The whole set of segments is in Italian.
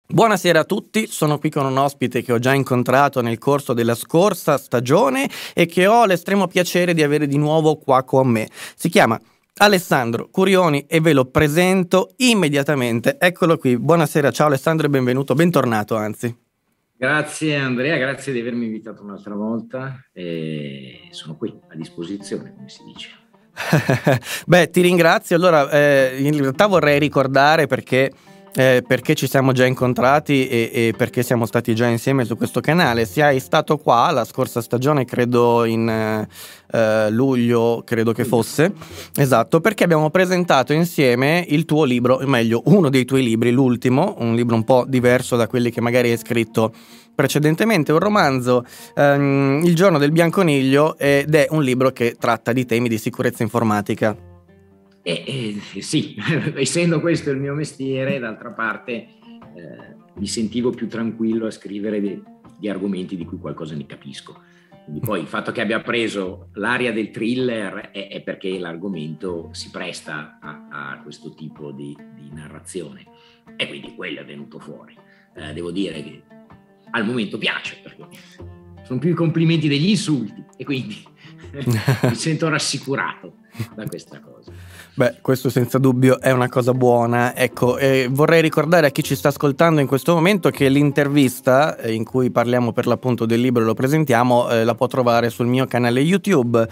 Buonasera a tutti, sono qui con un ospite che ho già incontrato nel corso della scorsa stagione e che ho l'estremo piacere di avere di nuovo qua con me. Si chiama Alessandro Curioni e ve lo presento immediatamente. Eccolo qui. Buonasera, ciao Alessandro e benvenuto, bentornato anzi. Grazie Andrea, grazie di avermi invitato un'altra volta e sono qui a disposizione, come si dice. Beh, ti ringrazio. Allora, in realtà vorrei ricordare perché ci siamo già incontrati e perché siamo stati già insieme su questo canale. Sei stato qua la scorsa stagione, credo in luglio, credo che fosse, esatto, perché abbiamo presentato insieme il tuo libro, o meglio uno dei tuoi libri, l'ultimo, un libro un po' diverso da quelli che magari hai scritto precedentemente, un romanzo, Il giorno del bianconiglio, ed è un libro che tratta di temi di sicurezza informatica. Sì, essendo questo il mio mestiere, d'altra parte mi sentivo più tranquillo a scrivere di argomenti di cui qualcosa ne capisco. Quindi poi il fatto che abbia preso l'area del thriller è perché l'argomento si presta a questo tipo di narrazione e quindi quello è venuto fuori. Devo dire che al momento piace, perché sono più i complimenti degli insulti e quindi mi sento rassicurato da questa cosa. Beh, questo senza dubbio è una cosa buona. Ecco, vorrei ricordare a chi ci sta ascoltando in questo momento che l'intervista in cui parliamo per l'appunto del libro e lo presentiamo la può trovare sul mio canale YouTube.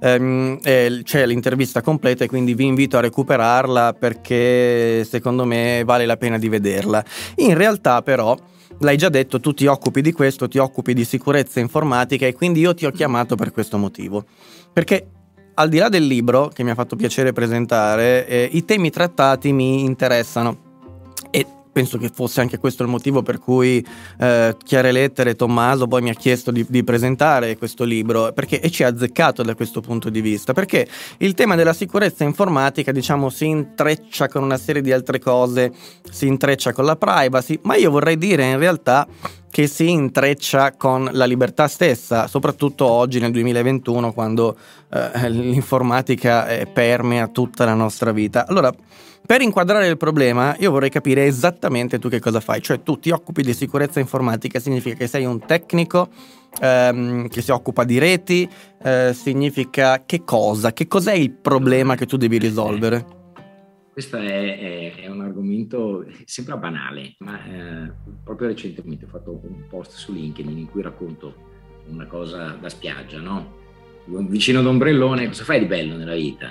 C'è l'intervista completa e quindi vi invito a recuperarla perché secondo me vale la pena di vederla. In realtà però, l'hai già detto, tu ti occupi di questo, ti occupi di sicurezza informatica e quindi io ti ho chiamato per questo motivo. Perché al di là del libro, che mi ha fatto piacere presentare, i temi trattati mi interessano e penso che fosse anche questo il motivo per cui Chiare Lettere Tommaso poi mi ha chiesto di presentare questo libro, perché e ci ha azzeccato da questo punto di vista, perché il tema della sicurezza informatica, diciamo, si intreccia con una serie di altre cose, si intreccia con la privacy, ma io vorrei dire in realtà che si intreccia con la libertà stessa, soprattutto oggi nel 2021 quando l'informatica permea tutta la nostra vita. Allora, per inquadrare il problema, io vorrei capire esattamente tu che cosa fai, cioè tu ti occupi di sicurezza informatica, significa che sei un tecnico che si occupa di reti, significa che cosa? Che cos'è il problema che tu devi risolvere? Questo è un argomento sembra banale, ma proprio recentemente ho fatto un post su LinkedIn in cui racconto una cosa da spiaggia, no? Vicino ad ombrellone, cosa fai di bello nella vita?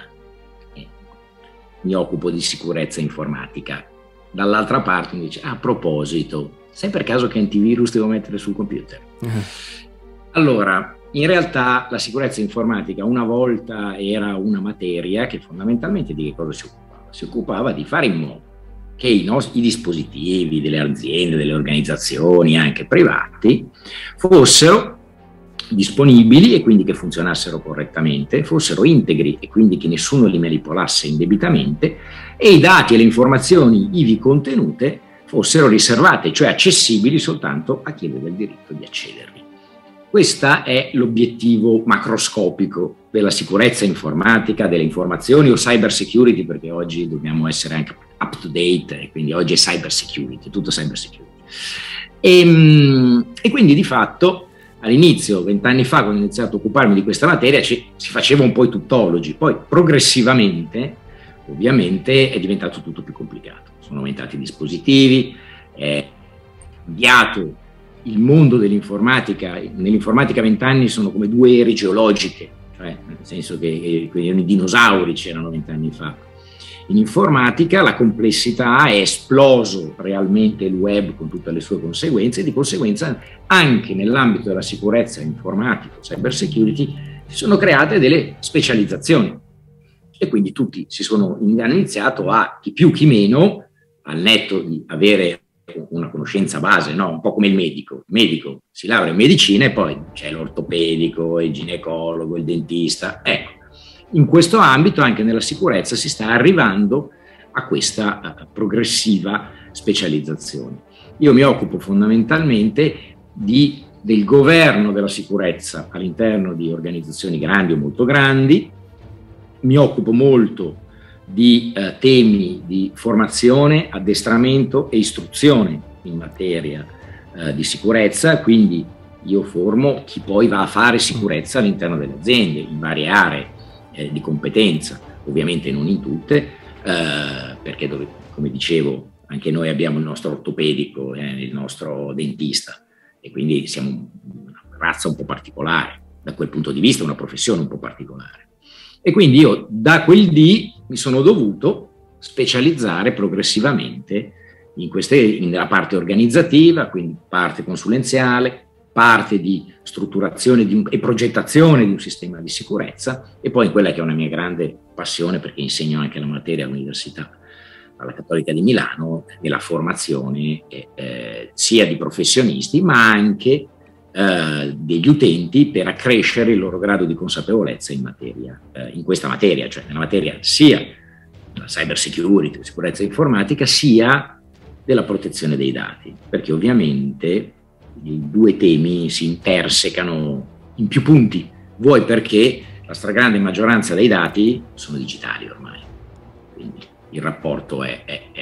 Mi occupo di sicurezza informatica. Dall'altra parte mi dice, a proposito, sai per caso che antivirus devo mettere sul computer? Allora, in realtà la sicurezza informatica una volta era una materia che fondamentalmente di che cosa si occupava? Si occupava di fare in modo che i dispositivi delle aziende, delle organizzazioni, anche privati, fossero disponibili e quindi che funzionassero correttamente, fossero integri e quindi che nessuno li manipolasse indebitamente e i dati e le informazioni ivi contenute fossero riservate, cioè accessibili soltanto a chi aveva il diritto di accedervi. Questo è l'obiettivo macroscopico della sicurezza informatica, delle informazioni o cyber security, perché oggi dobbiamo essere anche up to date e quindi oggi è cyber security, tutto cyber security. E quindi di fatto all'inizio, 20 anni fa, quando ho iniziato a occuparmi di questa materia, si faceva un po' i tuttologi, poi progressivamente, ovviamente, è diventato tutto più complicato. Sono aumentati i dispositivi, è cambiato il mondo dell'informatica. Nell'informatica 20 anni sono come due ere geologiche, cioè nel senso che i dinosauri c'erano 20 anni fa. In informatica la complessità è esploso realmente il web con tutte le sue conseguenze e di conseguenza anche nell'ambito della sicurezza informatica, cyber security, si sono create delle specializzazioni e quindi tutti hanno iniziato a, chi più chi meno, al netto di avere una conoscenza base, no? Un po' come il medico. Il medico si laurea in medicina e poi c'è l'ortopedico, il ginecologo, il dentista. Ecco, in questo ambito, anche nella sicurezza, si sta arrivando a questa progressiva specializzazione. Io mi occupo fondamentalmente del governo della sicurezza all'interno di organizzazioni grandi o molto grandi, mi occupo molto di temi di formazione, addestramento e istruzione in materia di sicurezza, quindi io formo chi poi va a fare sicurezza all'interno delle aziende, in varie aree di competenza, ovviamente non in tutte, perché come dicevo, anche noi abbiamo il nostro ortopedico, il nostro dentista, e quindi siamo una razza un po' particolare, da quel punto di vista una professione un po' particolare. E quindi io da quel D mi sono dovuto specializzare progressivamente nella parte organizzativa, quindi parte consulenziale, parte di strutturazione e progettazione di un sistema di sicurezza, e poi in quella che è una mia grande passione, perché insegno anche la materia all'Università alla Cattolica di Milano, della formazione sia di professionisti ma anche degli utenti, per accrescere il loro grado di consapevolezza in questa materia, cioè nella materia sia della cyber security, sicurezza informatica, sia della protezione dei dati, perché ovviamente i due temi si intersecano in più punti, vuoi perché la stragrande maggioranza dei dati sono digitali ormai, quindi il rapporto è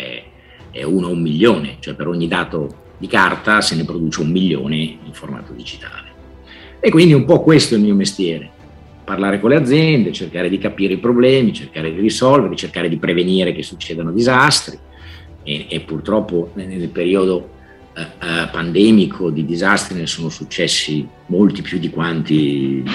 1 a 1 milione, cioè per ogni dato di carta se ne produce 1 milione in formato digitale. E quindi un po' questo è il mio mestiere: parlare con le aziende, cercare di capire i problemi, cercare di risolverli, cercare di prevenire che succedano disastri, e purtroppo nel periodo pandemico di disastri ne sono successi molti più di quanti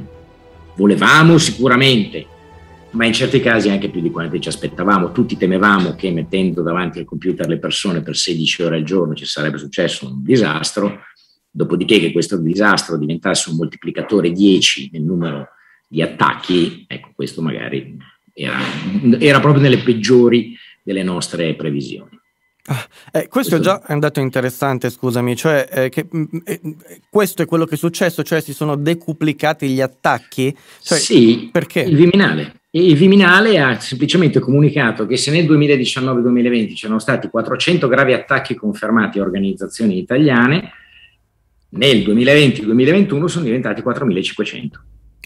volevamo sicuramente, ma in certi casi anche più di quanti ci aspettavamo. Tutti temevamo che mettendo davanti al computer le persone per 16 ore al giorno ci sarebbe successo un disastro, dopodiché che questo disastro diventasse un moltiplicatore 10 nel numero di attacchi, ecco, questo magari era proprio nelle peggiori delle nostre previsioni. Questo già è un dato interessante, scusami, cioè che questo è quello che è successo, cioè si sono decuplicati gli attacchi? Cioè, sì, perché? Il Viminale ha semplicemente comunicato che se nel 2019-2020 c'erano stati 400 gravi attacchi confermati a organizzazioni italiane, nel 2020-2021 sono diventati 4.500.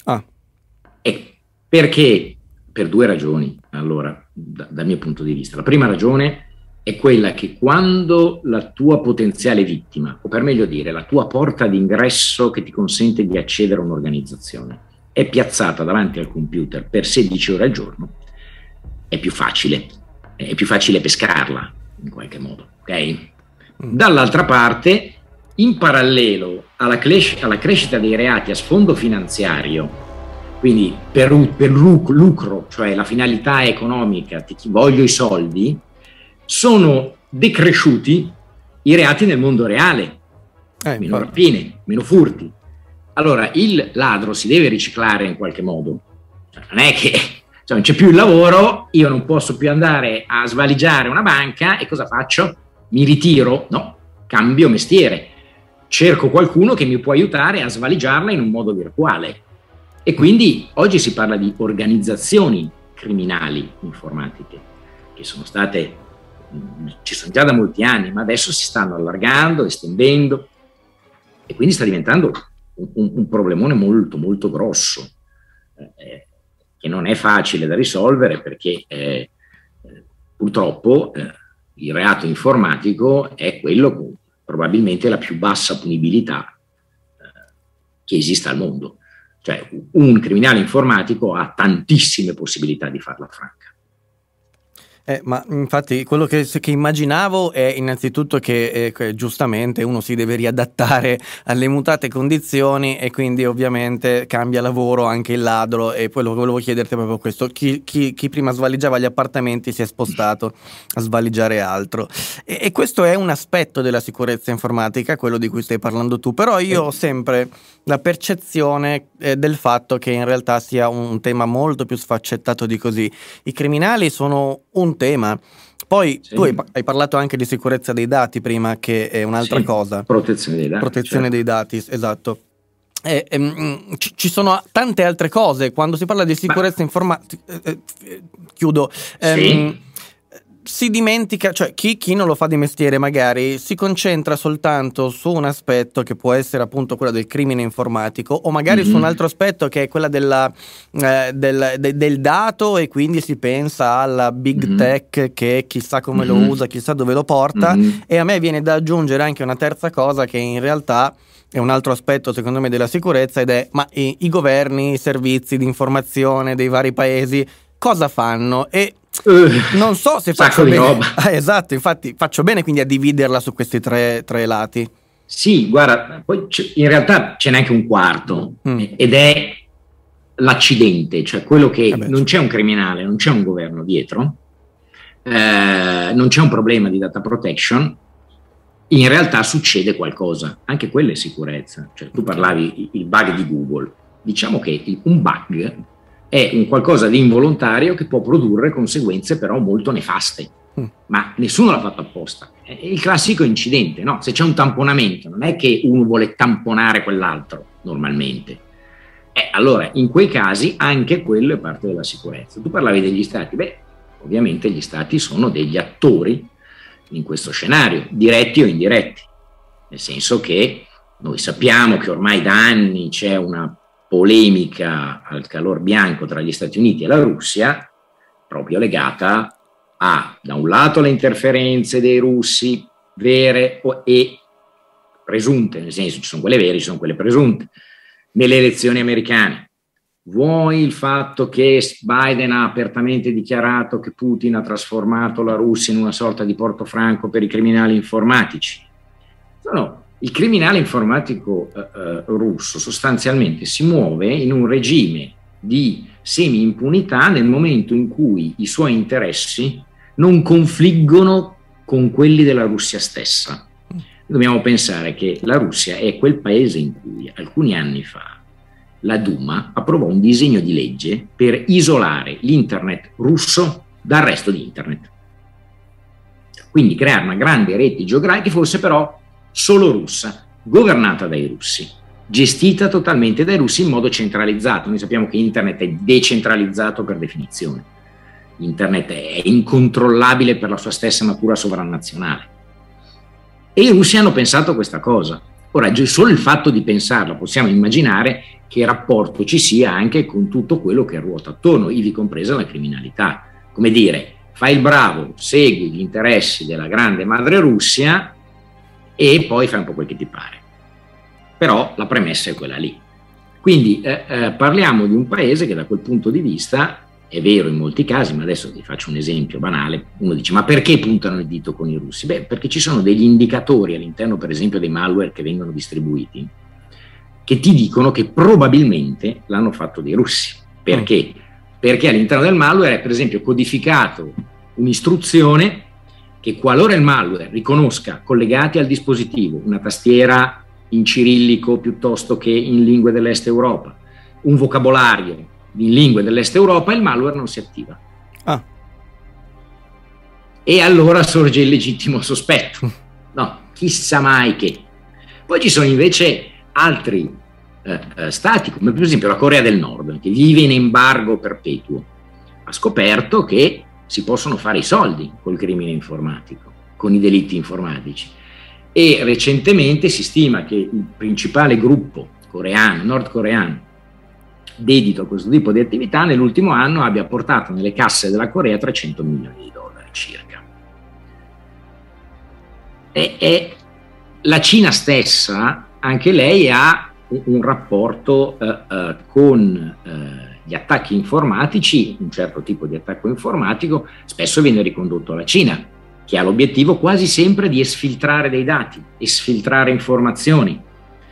E perché? Per due ragioni, allora, dal mio punto di vista. La prima ragione è quella che quando la tua potenziale vittima, o per meglio dire la tua porta d'ingresso che ti consente di accedere a un'organizzazione, è piazzata davanti al computer per 16 ore al giorno, è più facile pescarla in qualche modo, ok? Dall'altra parte, in parallelo alla crescita dei reati a sfondo finanziario, quindi per lucro, cioè la finalità economica, voglio i soldi, sono decresciuti i reati nel mondo reale, meno rapine, meno furti. Allora il ladro si deve riciclare in qualche modo, non è che non c'è più il lavoro, io non posso più andare a svaligiare una banca, e cosa faccio? Mi ritiro? No, cambio mestiere, cerco qualcuno che mi può aiutare a svaligiarla in un modo virtuale. E quindi oggi si parla di organizzazioni criminali informatiche che ci sono già da molti anni, ma adesso si stanno allargando, estendendo, e quindi sta diventando un problemone molto molto grosso, che non è facile da risolvere, perché purtroppo il reato informatico è quello con probabilmente la più bassa punibilità che esista al mondo. Cioè un criminale informatico ha tantissime possibilità di farla franca. Ma infatti quello che immaginavo è innanzitutto che giustamente uno si deve riadattare alle mutate condizioni, e quindi ovviamente cambia lavoro anche il ladro, e quello che volevo chiederti è proprio questo: chi prima svaligiava gli appartamenti si è spostato a svaligiare altro, e questo è un aspetto della sicurezza informatica, quello di cui stai parlando tu, però io ho sempre la percezione del fatto che in realtà sia un tema molto più sfaccettato di così. I criminali sono un tema, poi sì. Tu hai parlato anche di sicurezza dei dati prima, che è un'altra cosa. Protezione dei dati. Protezione dei dati, esatto. Ci sono tante altre cose quando si parla di sicurezza informatica. Chiudo. Sì. si dimentica, cioè chi non lo fa di mestiere magari si concentra soltanto su un aspetto che può essere appunto quello del crimine informatico, o magari su un altro aspetto che è quella del dato, e quindi si pensa alla big tech che chissà come lo usa, chissà dove lo porta, e a me viene da aggiungere anche una terza cosa che in realtà è un altro aspetto secondo me della sicurezza, ed è ma i governi, i servizi di informazione dei vari paesi cosa fanno? E non so se faccio bene. Esatto, infatti faccio bene quindi a dividerla su questi tre lati. Sì, guarda, poi in realtà ce n'è anche un quarto, ed è l'accidente, cioè quello che non c'è un criminale, non c'è un governo dietro, non c'è un problema di data protection, in realtà succede qualcosa, anche quella è sicurezza. Cioè, tu parlavi il bug di Google, diciamo che un bug è un qualcosa di involontario che può produrre conseguenze però molto nefaste, ma nessuno l'ha fatto apposta. È il classico incidente, no? Se c'è un tamponamento, non è che uno vuole tamponare quell'altro normalmente. Allora, in quei casi anche quello è parte della sicurezza. Tu parlavi degli stati, ovviamente gli stati sono degli attori in questo scenario, diretti o indiretti, nel senso che noi sappiamo che ormai da anni c'è una polemica al calor bianco tra gli Stati Uniti e la Russia, proprio legata a, da un lato, le interferenze dei russi vere e presunte, nel senso ci sono quelle vere, ci sono quelle presunte, nelle elezioni americane. Vuoi il fatto che Biden ha apertamente dichiarato che Putin ha trasformato la Russia in una sorta di porto franco per i criminali informatici? No. Il criminale informatico russo sostanzialmente si muove in un regime di semi-impunità nel momento in cui i suoi interessi non confliggono con quelli della Russia stessa. Dobbiamo pensare che la Russia è quel paese in cui alcuni anni fa la Duma approvò un disegno di legge per isolare l'internet russo dal resto di internet. Quindi creare una grande rete geografica che fosse però solo russa, governata dai russi, gestita totalmente dai russi in modo centralizzato. Noi sappiamo che internet è decentralizzato per definizione. Internet è incontrollabile per la sua stessa natura sovranazionale. E i russi hanno pensato questa cosa. Ora, solo il fatto di pensarlo, possiamo immaginare che rapporto ci sia anche con tutto quello che ruota attorno, ivi compresa la criminalità. Come dire, fai il bravo, segui gli interessi della grande madre Russia e poi fai un po' quel che ti pare. Però la premessa è quella lì. Quindi parliamo di un paese che da quel punto di vista è vero in molti casi, ma adesso vi faccio un esempio banale. Uno dice, ma perché puntano il dito con i russi? Perché ci sono degli indicatori all'interno, per esempio, dei malware che vengono distribuiti, che ti dicono che probabilmente l'hanno fatto dei russi. Perché? Perché all'interno del malware è, per esempio, codificato un'istruzione che, qualora il malware riconosca collegati al dispositivo una tastiera in cirillico piuttosto che in lingue dell'Est Europa, un vocabolario in lingue dell'Est Europa, il malware non si attiva. E allora sorge il legittimo sospetto. No, chissà mai che. Poi ci sono invece altri stati, come per esempio la Corea del Nord, che vive in embargo perpetuo, ha scoperto che si possono fare i soldi col crimine informatico, con i delitti informatici. E recentemente si stima che il principale gruppo coreano, nordcoreano, dedito a questo tipo di attività, nell'ultimo anno abbia portato nelle casse della Corea $300 milioni circa. E la Cina stessa, anche lei ha un rapporto con gli attacchi informatici, un certo tipo di attacco informatico spesso viene ricondotto alla Cina, che ha l'obiettivo quasi sempre di esfiltrare dei dati, esfiltrare informazioni,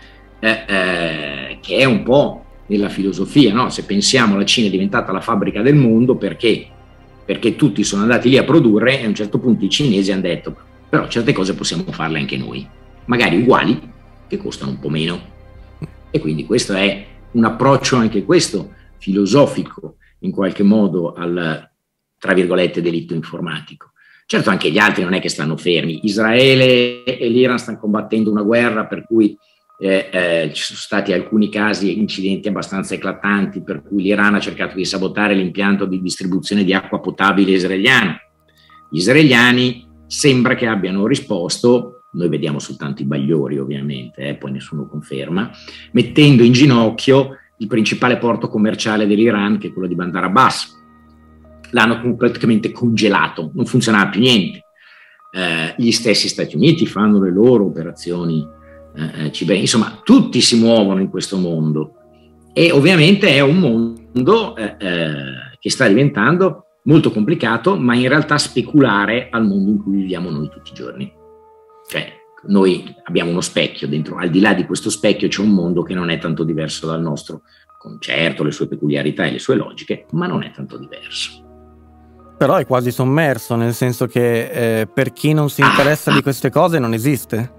che è un po' nella filosofia, no? Se pensiamo, la Cina è diventata la fabbrica del mondo perché tutti sono andati lì a produrre e a un certo punto i cinesi hanno detto però certe cose possiamo farle anche noi, magari uguali, che costano un po' meno. E quindi questo è un approccio, anche questo filosofico, in qualche modo al, tra virgolette, delitto informatico. Certo, anche gli altri non è che stanno fermi. Israele e l'Iran stanno combattendo una guerra per cui ci sono stati alcuni casi e incidenti abbastanza eclatanti, per cui l'Iran ha cercato di sabotare l'impianto di distribuzione di acqua potabile israeliano. Gli israeliani sembra che abbiano risposto, noi vediamo soltanto i bagliori ovviamente, poi nessuno conferma, mettendo in ginocchio il principale porto commerciale dell'Iran, che è quello di Bandar Abbas. L'hanno praticamente congelato, non funzionava più niente. Gli stessi Stati Uniti fanno le loro operazioni insomma tutti si muovono in questo mondo, e ovviamente è un mondo che sta diventando molto complicato, ma in realtà speculare al mondo in cui viviamo noi tutti i giorni. Cioè, noi abbiamo uno specchio dentro, al di là di questo specchio c'è un mondo che non è tanto diverso dal nostro, con certo le sue peculiarità e le sue logiche, ma non è tanto diverso. Però è quasi sommerso, nel senso che per chi non si interessa di queste cose non esiste.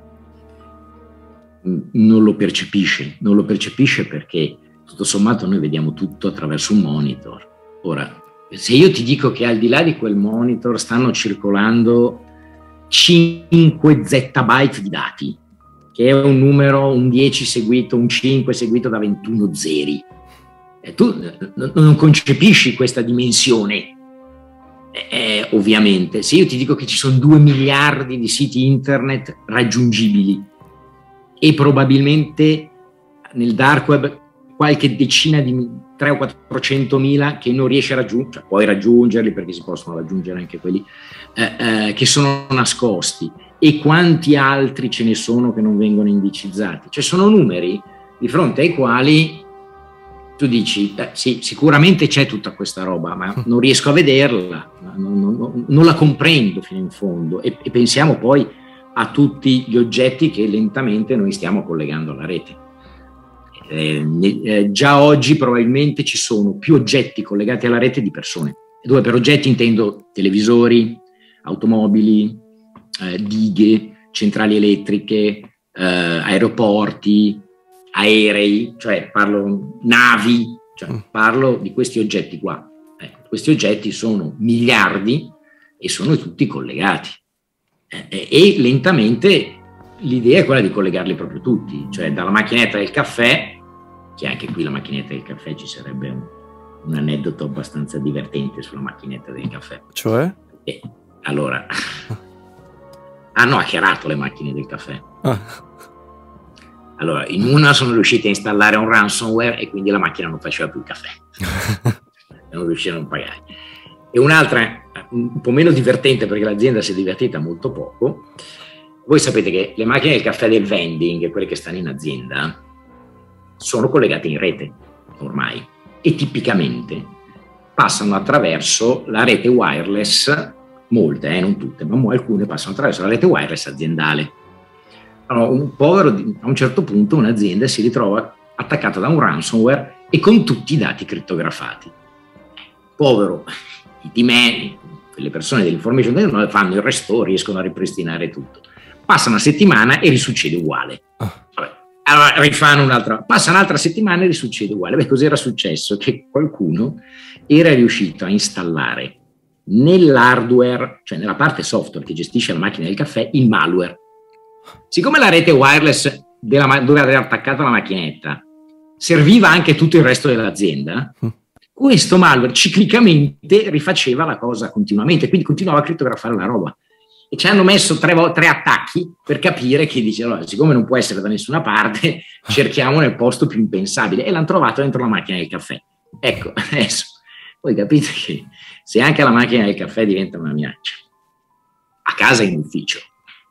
Non lo percepisce perché tutto sommato noi vediamo tutto attraverso un monitor. Ora, se io ti dico che al di là di quel monitor stanno circolando 5 zettabyte di dati, che è un numero, un 10 seguito, un 5 seguito da 21 zeri, tu non concepisci questa dimensione. Ovviamente, se io ti dico che ci sono 2 miliardi di siti internet raggiungibili e probabilmente nel dark web qualche decina di 300 o 400 mila che non riesce a raggiungere, cioè puoi raggiungerli perché si possono raggiungere anche quelli che sono nascosti, e quanti altri ce ne sono che non vengono indicizzati. Cioè sono numeri di fronte ai quali tu dici, sì, sicuramente c'è tutta questa roba, ma non riesco a vederla, non la comprendo fino in fondo, e pensiamo poi a tutti gli oggetti che lentamente noi stiamo collegando alla rete. Già oggi probabilmente ci sono più oggetti collegati alla rete di persone, dove per oggetti intendo televisori, automobili, dighe, centrali elettriche, aeroporti, aerei, cioè parlo navi, cioè parlo di questi oggetti qua. Questi oggetti sono miliardi e sono tutti collegati, e lentamente l'idea è quella di collegarli proprio tutti, cioè dalla macchinetta del caffè, che anche qui la macchinetta del caffè ci sarebbe un aneddoto abbastanza divertente sulla macchinetta del caffè. Cioè? Allora, hanno hackerato le macchine del caffè. Allora, in una sono riusciti a installare un ransomware e quindi la macchina non faceva più il caffè. Non riuscirono a pagare. E un'altra, un po' meno divertente perché l'azienda si è divertita molto poco. Voi sapete che le macchine del caffè del vending, quelle che stanno in azienda, sono collegate in rete ormai, e tipicamente passano attraverso la rete wireless, molte, non tutte, ma alcune passano attraverso la rete wireless aziendale. Allora, un povero, a un certo punto un'azienda si ritrova attaccata da un ransomware e con tutti i dati crittografati. Povero, i team, quelle persone dell'information technology fanno il restore, riescono a ripristinare tutto. Passa una settimana e risuccede uguale. Vabbè, allora rifanno un'altra, passa un'altra settimana e risuccede uguale. Beh, cos'era successo? Che qualcuno era riuscito a installare nell'hardware, cioè nella parte software che gestisce la macchina del caffè, il malware. Siccome la rete wireless dove aveva attaccato la macchinetta serviva anche tutto il resto dell'azienda, questo malware ciclicamente rifaceva la cosa continuamente, quindi continuava a crittografare la roba. E ci hanno messo tre attacchi per capire che dice, allora, siccome non può essere da nessuna parte, cerchiamo nel posto più impensabile, e l'hanno trovato dentro la macchina del caffè. Ecco, adesso voi capite che se anche la macchina del caffè diventa una minaccia, a casa e in ufficio,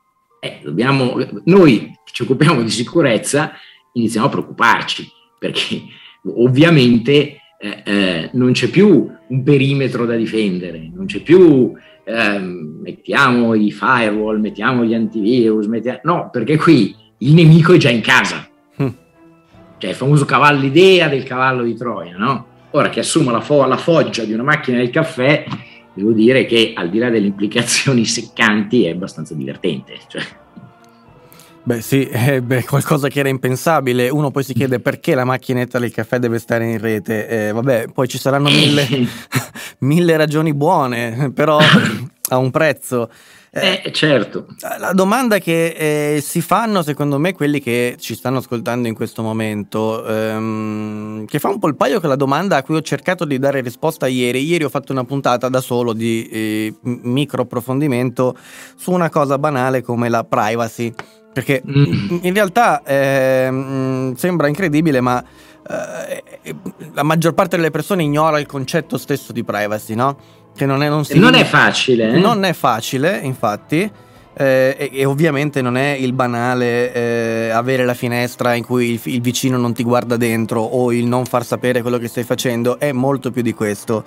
noi che ci occupiamo di sicurezza iniziamo a preoccuparci, perché ovviamente non c'è più un perimetro da difendere, non c'è più mettiamo i firewall, mettiamo gli antivirus, no, perché qui il nemico è già in casa. Cioè il famoso cavallo, l'idea del cavallo di Troia, no? Ora che assumo la foggia di una macchina del caffè, devo dire che al di là delle implicazioni seccanti è abbastanza divertente, cioè. Beh sì, è qualcosa che era impensabile. Uno poi si chiede perché la macchinetta del caffè deve stare in rete. Vabbè, poi ci saranno mille ragioni buone, però ha un prezzo. Certo. La domanda che si fanno, secondo me, quelli che ci stanno ascoltando in questo momento, che fa un po' il paio con la domanda a cui ho cercato di dare risposta ieri. Ieri ho fatto una puntata da solo di micro approfondimento su una cosa banale come la privacy, perché in realtà sembra incredibile, ma la maggior parte delle persone ignora il concetto stesso di privacy, no? Che non è facile. Non è facile, infatti, e ovviamente non è il banale avere la finestra in cui il vicino non ti guarda dentro o il non far sapere quello che stai facendo, è molto più di questo.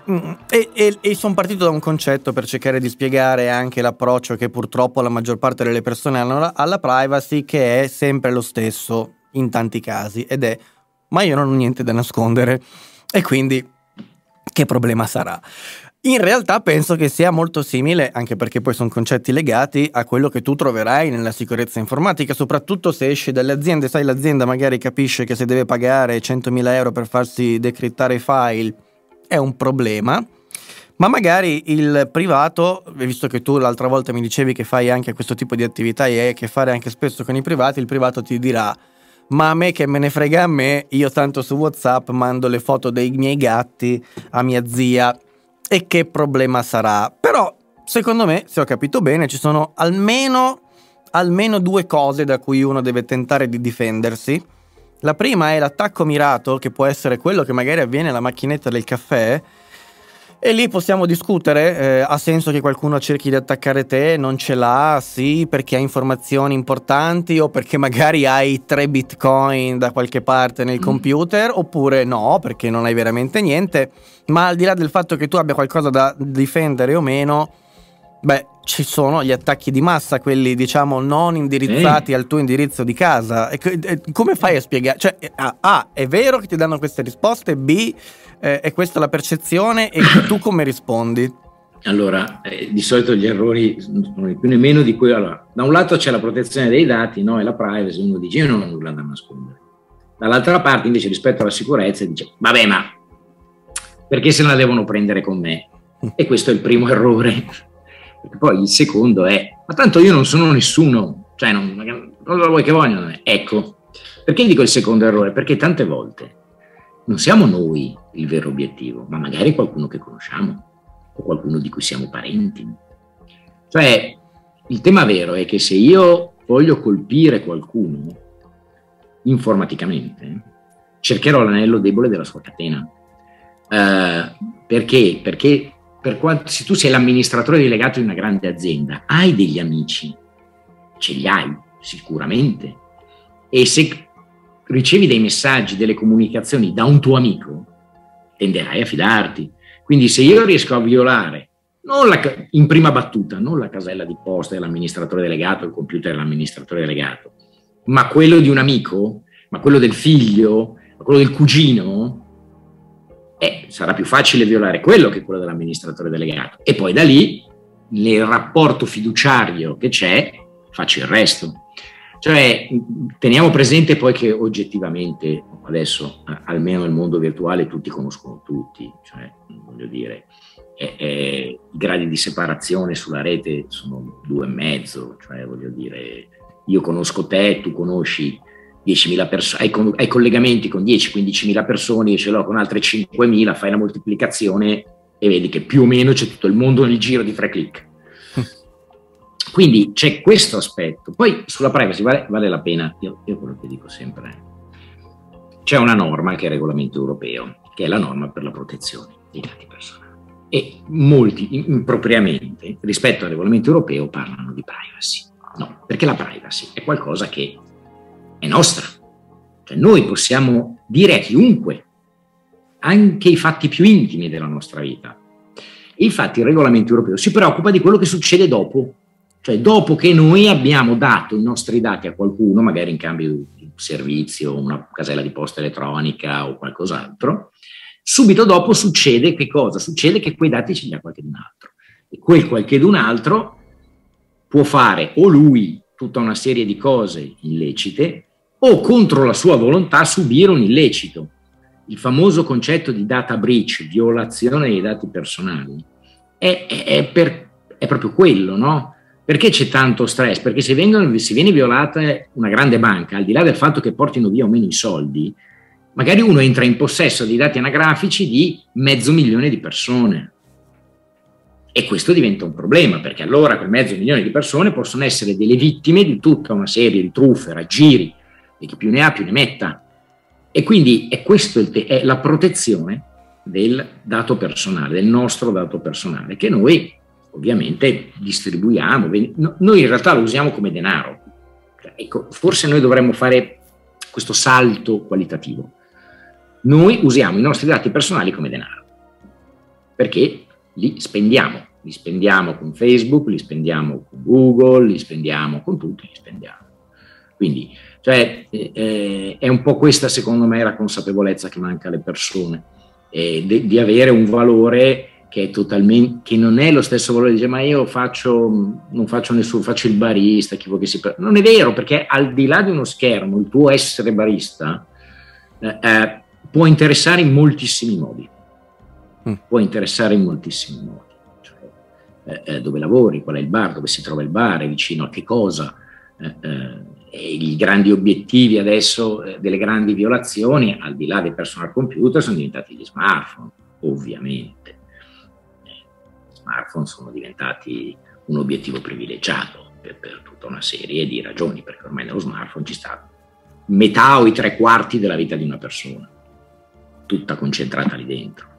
E sono partito da un concetto per cercare di spiegare anche l'approccio che purtroppo la maggior parte delle persone hanno alla privacy, che è sempre lo stesso in tanti casi, ed è: ma io non ho niente da nascondere, e quindi che problema sarà? In realtà penso che sia molto simile, anche perché poi sono concetti legati a quello che tu troverai nella sicurezza informatica, soprattutto se esci dalle aziende. Sai, l'azienda magari capisce che se deve pagare 100.000 euro per farsi decrittare i file è un problema, ma magari il privato, visto che tu l'altra volta mi dicevi che fai anche questo tipo di attività e hai a che fare anche spesso con i privati, il privato ti dirà: ma a me che me ne frega a me, io tanto su WhatsApp mando le foto dei miei gatti a mia zia, e che problema sarà? Però secondo me, se ho capito bene, ci sono almeno due cose da cui uno deve tentare di difendersi. La prima è l'attacco mirato, che può essere quello che magari avviene alla macchinetta del caffè, e lì possiamo discutere, ha senso che qualcuno cerchi di attaccare te, non ce l'ha, sì, perché ha informazioni importanti o perché magari hai 3 bitcoin da qualche parte nel computer, oppure no, perché non hai veramente niente. Ma al di là del fatto che tu abbia qualcosa da difendere o meno, ci sono gli attacchi di massa, quelli diciamo non indirizzati al tuo indirizzo di casa. Come fai a spiegare? Cioè, A, è vero che ti danno queste risposte, B, è questa la percezione, e tu come rispondi? Allora, di solito gli errori non sono né più né meno di cui... Allora, da un lato c'è la protezione dei dati, no, e la privacy, uno dice io non ho nulla da nascondere. Dall'altra parte invece, rispetto alla sicurezza, dice vabbè, ma perché se la devono prendere con me? E questo è il primo errore. Perché poi il secondo è: ma tanto io non sono nessuno, cioè cosa vuoi che vogliono? Ecco, perché dico il secondo errore? Perché tante volte non siamo noi il vero obiettivo, ma magari qualcuno che conosciamo o qualcuno di cui siamo parenti. Cioè, il tema vero è che se io voglio colpire qualcuno informaticamente, cercherò l'anello debole della sua catena. Perché? Perché se tu sei l'amministratore delegato di una grande azienda, hai degli amici, ce li hai sicuramente, e se ricevi dei messaggi, delle comunicazioni da un tuo amico, tenderai a fidarti. Quindi se io riesco a violare, in prima battuta, non la casella di posta dell'amministratore delegato, il computer dell'amministratore delegato, ma quello di un amico, ma quello del figlio, ma quello del cugino, sarà più facile violare quello che quello dell'amministratore delegato. E poi da lì, nel rapporto fiduciario che c'è, faccio il resto. Cioè, teniamo presente poi che oggettivamente adesso, almeno nel mondo virtuale, tutti conoscono tutti, cioè, voglio dire, i gradi di separazione sulla rete sono 2,5, cioè, voglio dire, io conosco te, tu conosci 10.000 persone, hai collegamenti con 10-15.000 persone, io ce l'ho con altre 5.000, fai la moltiplicazione e vedi che più o meno c'è tutto il mondo nel giro di 3 click. Quindi c'è questo aspetto. Poi sulla privacy vale la pena, io quello che dico sempre, c'è una norma che è il regolamento europeo, che è la norma per la protezione dei dati personali, e molti impropriamente rispetto al regolamento europeo parlano di privacy. No, perché la privacy è qualcosa che è nostra, cioè noi possiamo dire a chiunque anche i fatti più intimi della nostra vita. E infatti il regolamento europeo si preoccupa di quello che succede dopo. Cioè, dopo che noi abbiamo dato i nostri dati a qualcuno, magari in cambio di un servizio, una casella di posta elettronica o qualcos'altro, subito dopo succede che cosa? Succede che quei dati ce li ha qualcun altro. E quel qualchedun altro può fare o lui tutta una serie di cose illecite o contro la sua volontà subire un illecito. Il famoso concetto di data breach, violazione dei dati personali, è è proprio quello, no? Perché c'è tanto stress? Perché se viene violata una grande banca, al di là del fatto che portino via o meno i soldi, magari uno entra in possesso di dati anagrafici di 500.000 di persone. E questo diventa un problema, perché allora quel 500.000 di persone possono essere delle vittime di tutta una serie di truffe, raggiri, e chi più ne ha più ne metta. E quindi è questo è la protezione del dato personale, del nostro dato personale, che noi ovviamente distribuiamo. Noi in realtà lo usiamo come denaro. Ecco, forse noi dovremmo fare questo salto qualitativo. Noi usiamo i nostri dati personali come denaro, perché li spendiamo con Facebook, li spendiamo con Google, li spendiamo con tutti, li spendiamo. Quindi, è un po' questa, secondo me, la consapevolezza che manca alle persone, di avere un valore che non è lo stesso valore. Dice, ma io non faccio nessuno, faccio il barista, non è vero, perché al di là di uno schermo, il tuo essere barista può interessare in moltissimi modi. Dove lavori, qual è il bar, dove si trova il bar, è vicino a che cosa. I grandi obiettivi adesso delle grandi violazioni, al di là dei personal computer, sono diventati gli smartphone, ovviamente. Gli smartphone sono diventati un obiettivo privilegiato per tutta una serie di ragioni, perché ormai nello smartphone ci sta metà o i 3/4 della vita di una persona, tutta concentrata lì dentro.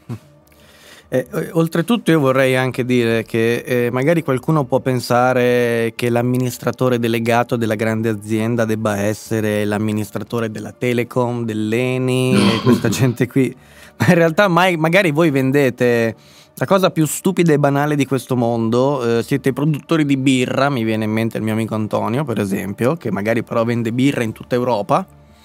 Oltretutto io vorrei anche dire che magari qualcuno può pensare che l'amministratore delegato della grande azienda debba essere l'amministratore della Telecom, dell'ENI, e questa gente qui, ma in realtà magari voi vendete la cosa più stupida e banale di questo mondo. Siete produttori di birra, mi viene in mente il mio amico Antonio per esempio, che magari però vende birra in tutta Europa.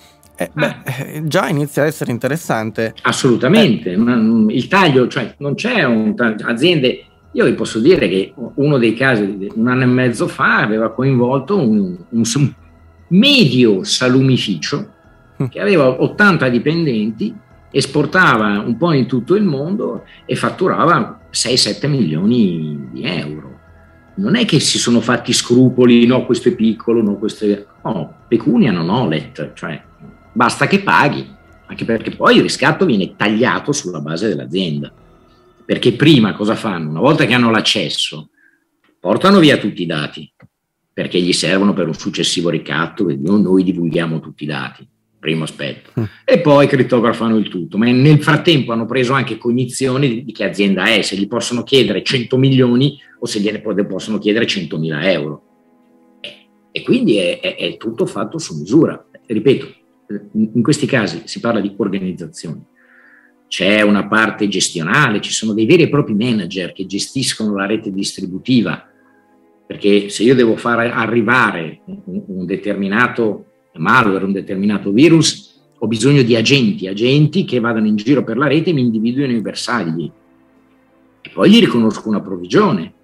Già inizia a essere interessante. Assolutamente, il taglio, cioè non c'è aziende. Io vi posso dire che uno dei casi 1 anno e mezzo fa aveva coinvolto un medio salumificio che aveva 80 dipendenti, esportava un po' in tutto il mondo e fatturava 6-7 milioni di euro. Non è che si sono fatti scrupoli, no, questo è piccolo, no, questo è... No, pecunia non olet, cioè basta che paghi, anche perché poi il riscatto viene tagliato sulla base dell'azienda, perché prima cosa fanno? Una volta che hanno l'accesso, portano via tutti i dati, perché gli servono per un successivo ricatto, noi divulghiamo tutti i dati, primo aspetto, e poi crittografano il tutto, ma nel frattempo hanno preso anche cognizione di che azienda è, se gli possono chiedere 100 milioni o se gliene possono chiedere 100.000 euro. E quindi è tutto fatto su misura. Ripeto, in questi casi si parla di organizzazioni, c'è una parte gestionale, ci sono dei veri e propri manager che gestiscono la rete distributiva, perché se io devo fare arrivare un determinato malware, un determinato virus, ho bisogno di agenti che vadano in giro per la rete e mi individuino i bersagli e poi gli riconosco una provvigione.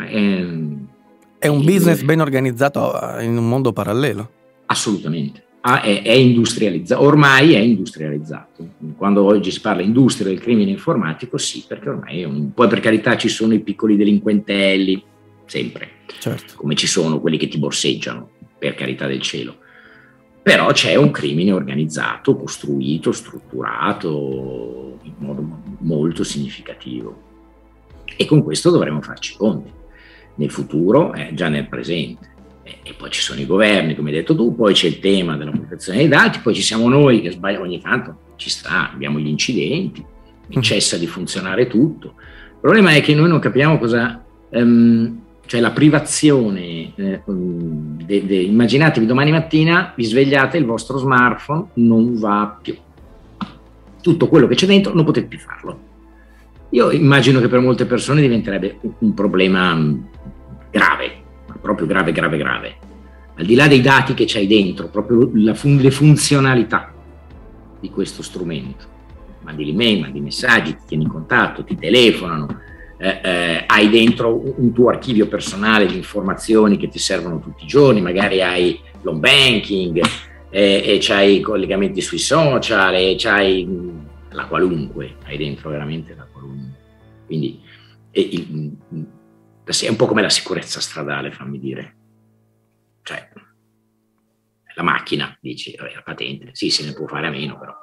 È un business ben organizzato in un mondo parallelo. Assolutamente. È industrializzato, ormai è industrializzato. Quando oggi si parla industria del crimine informatico, sì, perché ormai poi per carità ci sono i piccoli delinquentelli, sempre, certo, come ci sono quelli che ti borseggiano, per carità del cielo, però c'è un crimine organizzato, costruito, strutturato in modo molto significativo, e con questo dovremo farci conti nel futuro, già nel presente. E poi ci sono i governi, come hai detto tu, poi c'è il tema della protezione dei dati, poi ci siamo noi che sbagliamo ogni tanto, ci sta, abbiamo gli incidenti, cessa di funzionare tutto. Il problema è che noi non capiamo cosa, cioè la privazione, immaginatevi domani mattina vi svegliate, il vostro smartphone non va più, tutto quello che c'è dentro non potete più farlo. Io immagino che per molte persone diventerebbe un problema grave, proprio grave, al di là dei dati che c'hai dentro, proprio le funzionalità di questo strumento. Mandi l'email, mandi messaggi, ti tieni in contatto, ti telefonano, hai dentro un tuo archivio personale di informazioni che ti servono tutti i giorni, magari hai l'home banking, e c'hai i collegamenti sui social, e c'hai la qualunque, hai dentro veramente la qualunque. Quindi è un po' come la sicurezza stradale, fammi dire. Cioè, la macchina, dici, la patente, sì, se ne può fare a meno, però.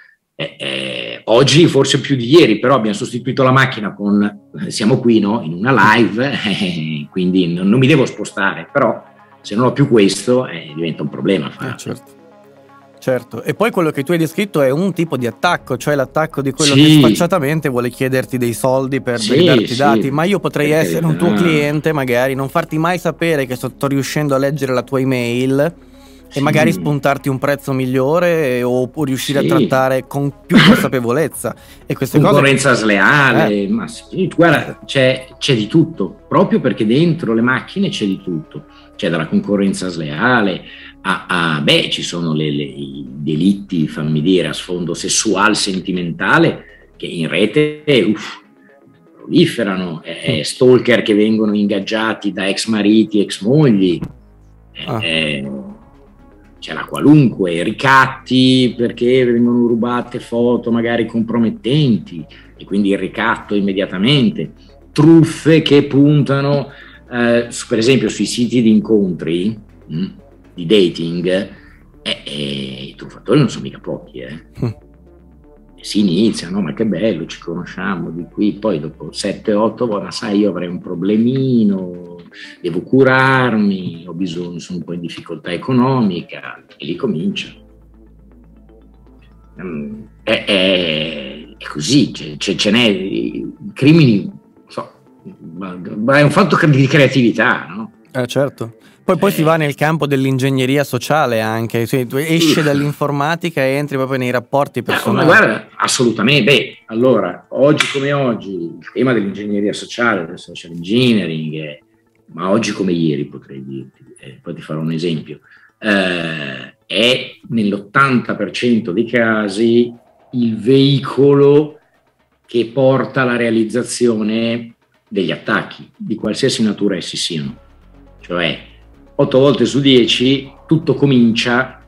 Oggi forse più di ieri, però abbiamo sostituito la macchina con, siamo qui, no? In una live, quindi non mi devo spostare, però se non ho più questo diventa un problema. Certo, e poi quello che tu hai descritto è un tipo di attacco, cioè l'attacco di quello che sfacciatamente vuole chiederti dei soldi per darti dati, ma io potrei essere un tuo cliente, magari non farti mai sapere che sto riuscendo a leggere la tua email e magari spuntarti un prezzo migliore o riuscire a trattare con più consapevolezza. E queste concorrenza sleale, ma guarda, c'è di tutto, proprio perché dentro le macchine c'è di tutto, c'è dalla concorrenza sleale ci sono i delitti, fammi dire, a sfondo sessuale, sentimentale, che in rete proliferano, stalker che vengono ingaggiati da ex mariti, ex mogli, c'è la qualunque, ricatti perché vengono rubate foto magari compromettenti e quindi il ricatto immediatamente, truffe che puntano per esempio sui siti di incontri di dating, i truffatori non sono mica pochi, si inizia, no? Ma che bello, ci conosciamo di qui, poi dopo 7-8 volte, ma sai, io avrei un problemino, devo curarmi, ho bisogno, sono un po' in difficoltà economica, e lì comincia. È così, ce n'è, i crimini, ma è un fatto di creatività, no? Certo. Poi si va nel campo dell'ingegneria sociale anche, tu esci dall'informatica e entri proprio nei rapporti personali. Guarda, assolutamente. Allora, oggi come oggi, il tema dell'ingegneria sociale, del social engineering, ma oggi come ieri potrei dirti, poi ti farò un esempio, è nell'80% dei casi il veicolo che porta alla realizzazione degli attacchi, di qualsiasi natura essi siano. Cioè, 8 volte su 10 tutto comincia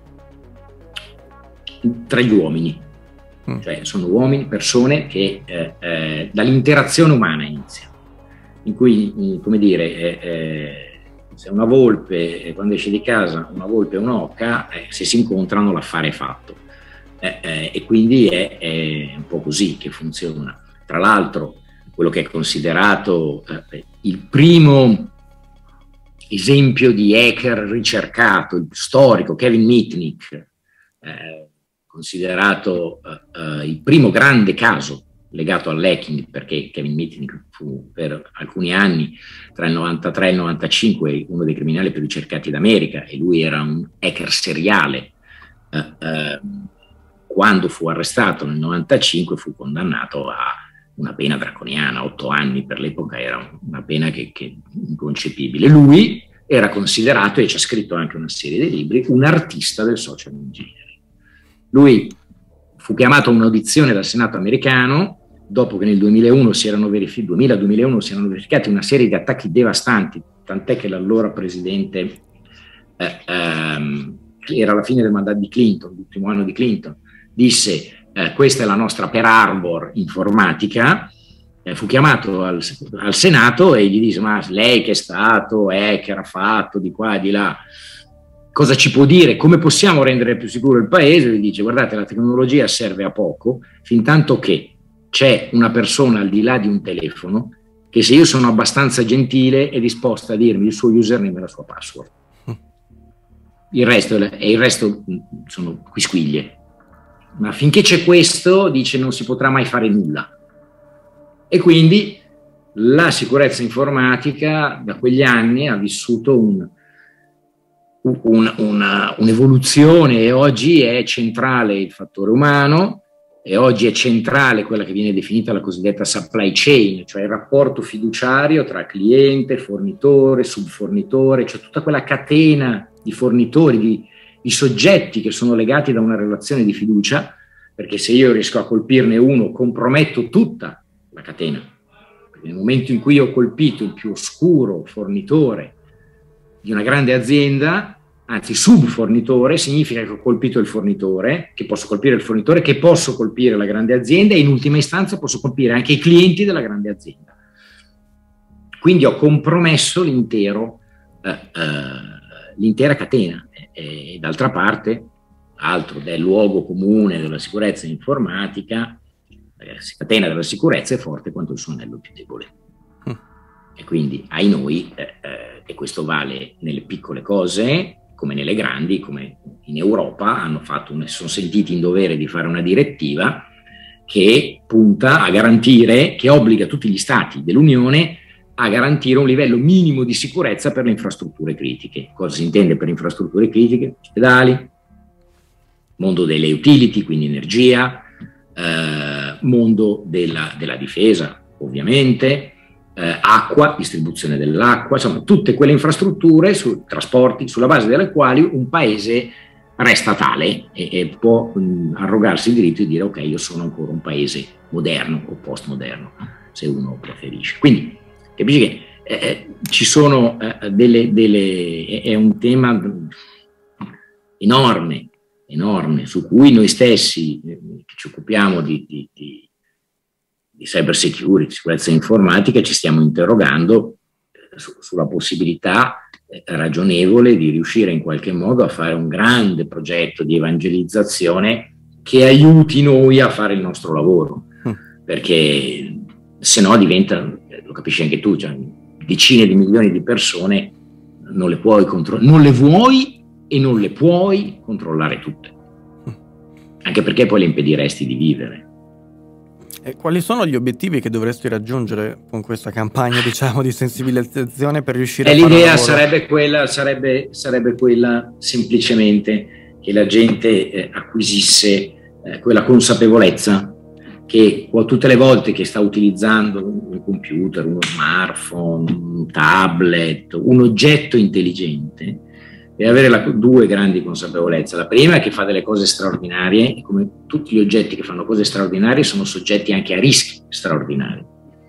tra gli uomini, cioè sono uomini, persone che dall'interazione umana inizia, in cui, come dire, se una volpe, quando esce di casa, una volpe e un'oca, se si incontrano l'affare è fatto, e quindi è un po' così che funziona. Tra l'altro, quello che è considerato il primo esempio di hacker ricercato, il storico Kevin Mitnick, considerato il primo grande caso legato all'hacking, perché Kevin Mitnick fu per alcuni anni, tra il 93 e il 95, uno dei criminali più ricercati d'America, e lui era un hacker seriale. Quando fu arrestato nel 95 fu condannato a una pena draconiana, 8 anni, per l'epoca era una pena che inconcepibile. Lui era considerato, e ci ha scritto anche una serie di libri, un artista del social engineering. Lui fu chiamato a un'audizione dal Senato americano dopo che nel 2001 si erano verificati una serie di attacchi devastanti, tant'è che l'allora presidente, era alla fine del mandato di Clinton, l'ultimo anno di Clinton, disse questa è la nostra Pearl Harbor informatica. Fu chiamato al Senato e gli disse: ma lei che è stato, che era fatto di qua e di là, cosa ci può dire? Come possiamo rendere più sicuro il paese? E gli dice: guardate, la tecnologia serve a poco fin tanto che c'è una persona al di là di un telefono che, se io sono abbastanza gentile, è disposta a dirmi il suo username e la sua password. Il resto sono quisquiglie. Ma finché c'è questo, dice, non si potrà mai fare nulla. E quindi la sicurezza informatica da quegli anni ha vissuto un'evoluzione, e oggi è centrale il fattore umano, e oggi è centrale quella che viene definita la cosiddetta supply chain, cioè il rapporto fiduciario tra cliente, fornitore, subfornitore, cioè tutta quella catena di fornitori, di soggetti che sono legati da una relazione di fiducia, perché se io riesco a colpirne uno comprometto tutta la catena. Perché nel momento in cui ho colpito il più oscuro fornitore di una grande azienda, anzi subfornitore, significa che ho colpito il fornitore, che posso colpire il fornitore, che posso colpire la grande azienda, e in ultima istanza posso colpire anche i clienti della grande azienda. Quindi ho compromesso l'intera catena. E d'altra parte, altro del luogo comune della sicurezza informatica, la catena della sicurezza è forte quanto il suo anello più debole. E quindi ai noi, e questo vale nelle piccole cose come nelle grandi, come in Europa sono sentiti in dovere di fare una direttiva che punta a garantire, che obbliga tutti gli stati dell'Unione a garantire un livello minimo di sicurezza per le infrastrutture critiche. Cosa si intende per infrastrutture critiche? Ospedali, mondo delle utility, quindi energia, mondo della difesa, ovviamente, acqua, distribuzione dell'acqua, insomma tutte quelle infrastrutture, trasporti, sulla base delle quali un paese resta tale e può arrogarsi il diritto di dire ok, io sono ancora un paese moderno o postmoderno, se uno preferisce. Quindi capisci che ci sono è un tema enorme, su cui noi stessi che ci occupiamo di cyber security, sicurezza informatica, ci stiamo interrogando sulla possibilità ragionevole di riuscire in qualche modo a fare un grande progetto di evangelizzazione che aiuti noi a fare il nostro lavoro, perché se no diventa, lo capisci anche tu, cioè, decine di milioni di persone non le vuoi e non le puoi controllare tutte, anche perché poi le impediresti di vivere. E quali sono gli obiettivi che dovresti raggiungere con questa campagna, diciamo, di sensibilizzazione per riuscire a fare l'idea sarebbe quella semplicemente che la gente acquisisse quella consapevolezza che tutte le volte che sta utilizzando un computer, uno smartphone, un tablet, un oggetto intelligente, deve avere due grandi consapevolezze. La prima è che fa delle cose straordinarie e come tutti gli oggetti che fanno cose straordinarie sono soggetti anche a rischi straordinari.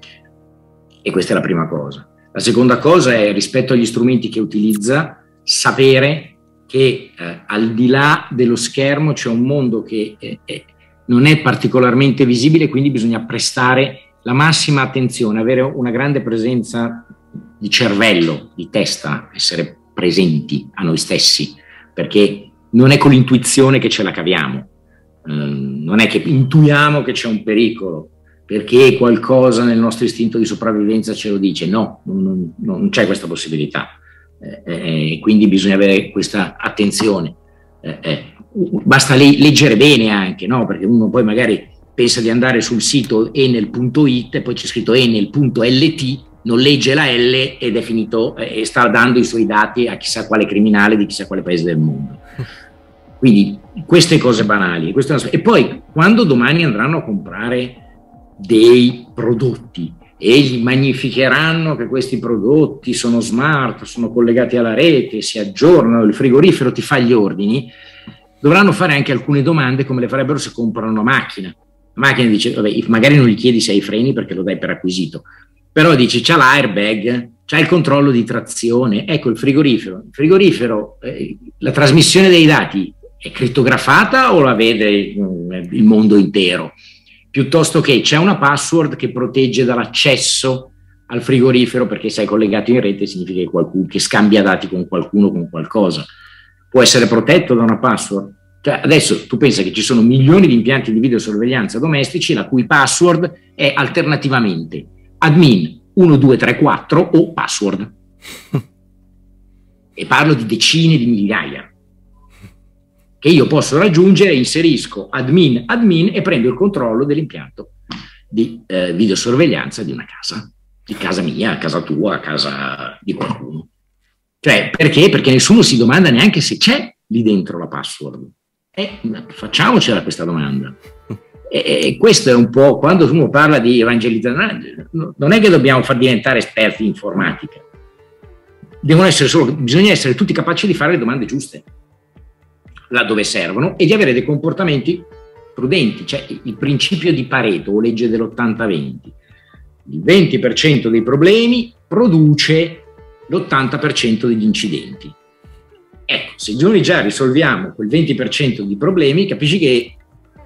E questa è la prima cosa. La seconda cosa è, rispetto agli strumenti che utilizza, sapere che al di là dello schermo c'è un mondo che non è particolarmente visibile, quindi bisogna prestare la massima attenzione, avere una grande presenza di cervello, di testa, essere presenti a noi stessi, perché non è con l'intuizione che ce la caviamo, non è che intuiamo che c'è un pericolo perché qualcosa nel nostro istinto di sopravvivenza ce lo dice, no, non c'è questa possibilità, quindi bisogna avere questa attenzione, basta leggere bene anche, no? Perché uno poi magari pensa di andare sul sito enel.it e poi c'è scritto enel.lt, non legge la L ed è finito e sta dando i suoi dati a chissà quale criminale di chissà quale paese del mondo. Quindi queste cose banali. E poi quando domani andranno a comprare dei prodotti e gli magnificheranno che questi prodotti sono smart, sono collegati alla rete, si aggiornano, il frigorifero ti fa gli ordini, dovranno fare anche alcune domande come le farebbero se comprano una macchina. La macchina dice, vabbè, magari non gli chiedi se hai i freni perché lo dai per acquisito, però dici c'ha l'airbag, c'ha il controllo di trazione, ecco il frigorifero, la trasmissione dei dati è crittografata o la vede il mondo intero? Piuttosto che c'è una password che protegge dall'accesso al frigorifero perché sei collegato in rete, significa che qualcuno che scambia dati con qualcuno, con qualcosa, può essere protetto da una password. Cioè, adesso tu pensa che ci sono milioni di impianti di videosorveglianza domestici la cui password è alternativamente admin 1234 o password. E parlo di decine di migliaia che io posso raggiungere, inserisco admin e prendo il controllo dell'impianto di videosorveglianza di una casa, di casa mia, casa tua, casa di qualcuno. Cioè, perché? Perché nessuno si domanda neanche se c'è lì dentro la password. Facciamocela questa domanda. E questo è un po', quando uno parla di evangelizzazione, non è che dobbiamo far diventare esperti in informatica, bisogna essere tutti capaci di fare le domande giuste laddove servono e di avere dei comportamenti prudenti. Cioè il principio di Pareto o legge dell'80-20, il 20% dei problemi produce l'80% degli incidenti. Ecco, se noi già risolviamo quel 20% di problemi, capisci che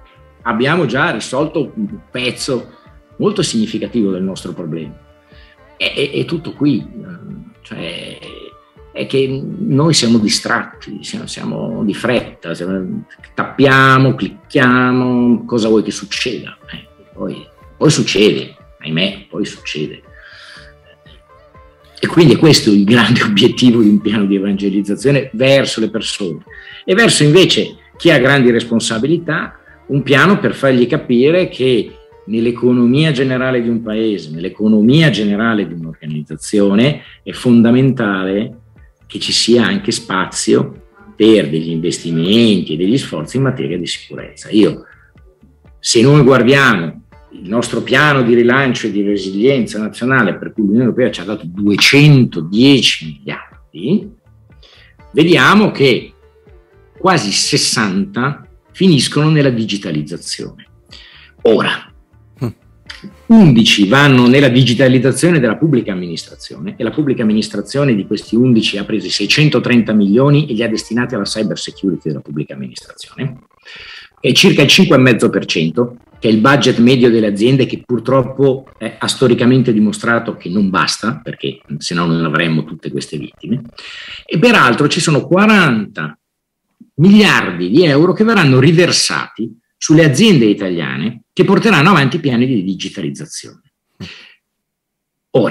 abbiamo già risolto un pezzo molto significativo del nostro problema. È tutto qui, cioè è che noi siamo distratti, siamo di fretta, tappiamo, clicchiamo, cosa vuoi che succeda? Poi succede, ahimè, poi succede. E quindi è questo il grande obiettivo di un piano di evangelizzazione verso le persone e verso invece chi ha grandi responsabilità, un piano per fargli capire che nell'economia generale di un paese, nell'economia generale di un'organizzazione è fondamentale che ci sia anche spazio per degli investimenti e degli sforzi in materia di sicurezza. Se noi guardiamo il nostro piano di rilancio e di resilienza nazionale, per cui l'Unione Europea ci ha dato 210 miliardi, vediamo che quasi 60 finiscono nella digitalizzazione. Ora, 11 vanno nella digitalizzazione della pubblica amministrazione e la pubblica amministrazione di questi 11 ha preso i 630 milioni e li ha destinati alla cyber security della pubblica amministrazione, che è circa il 5,5%, che è il budget medio delle aziende, che purtroppo ha storicamente dimostrato che non basta, perché se no non avremmo tutte queste vittime, e peraltro ci sono 40 miliardi di euro che verranno riversati sulle aziende italiane che porteranno avanti piani di digitalizzazione. Ora,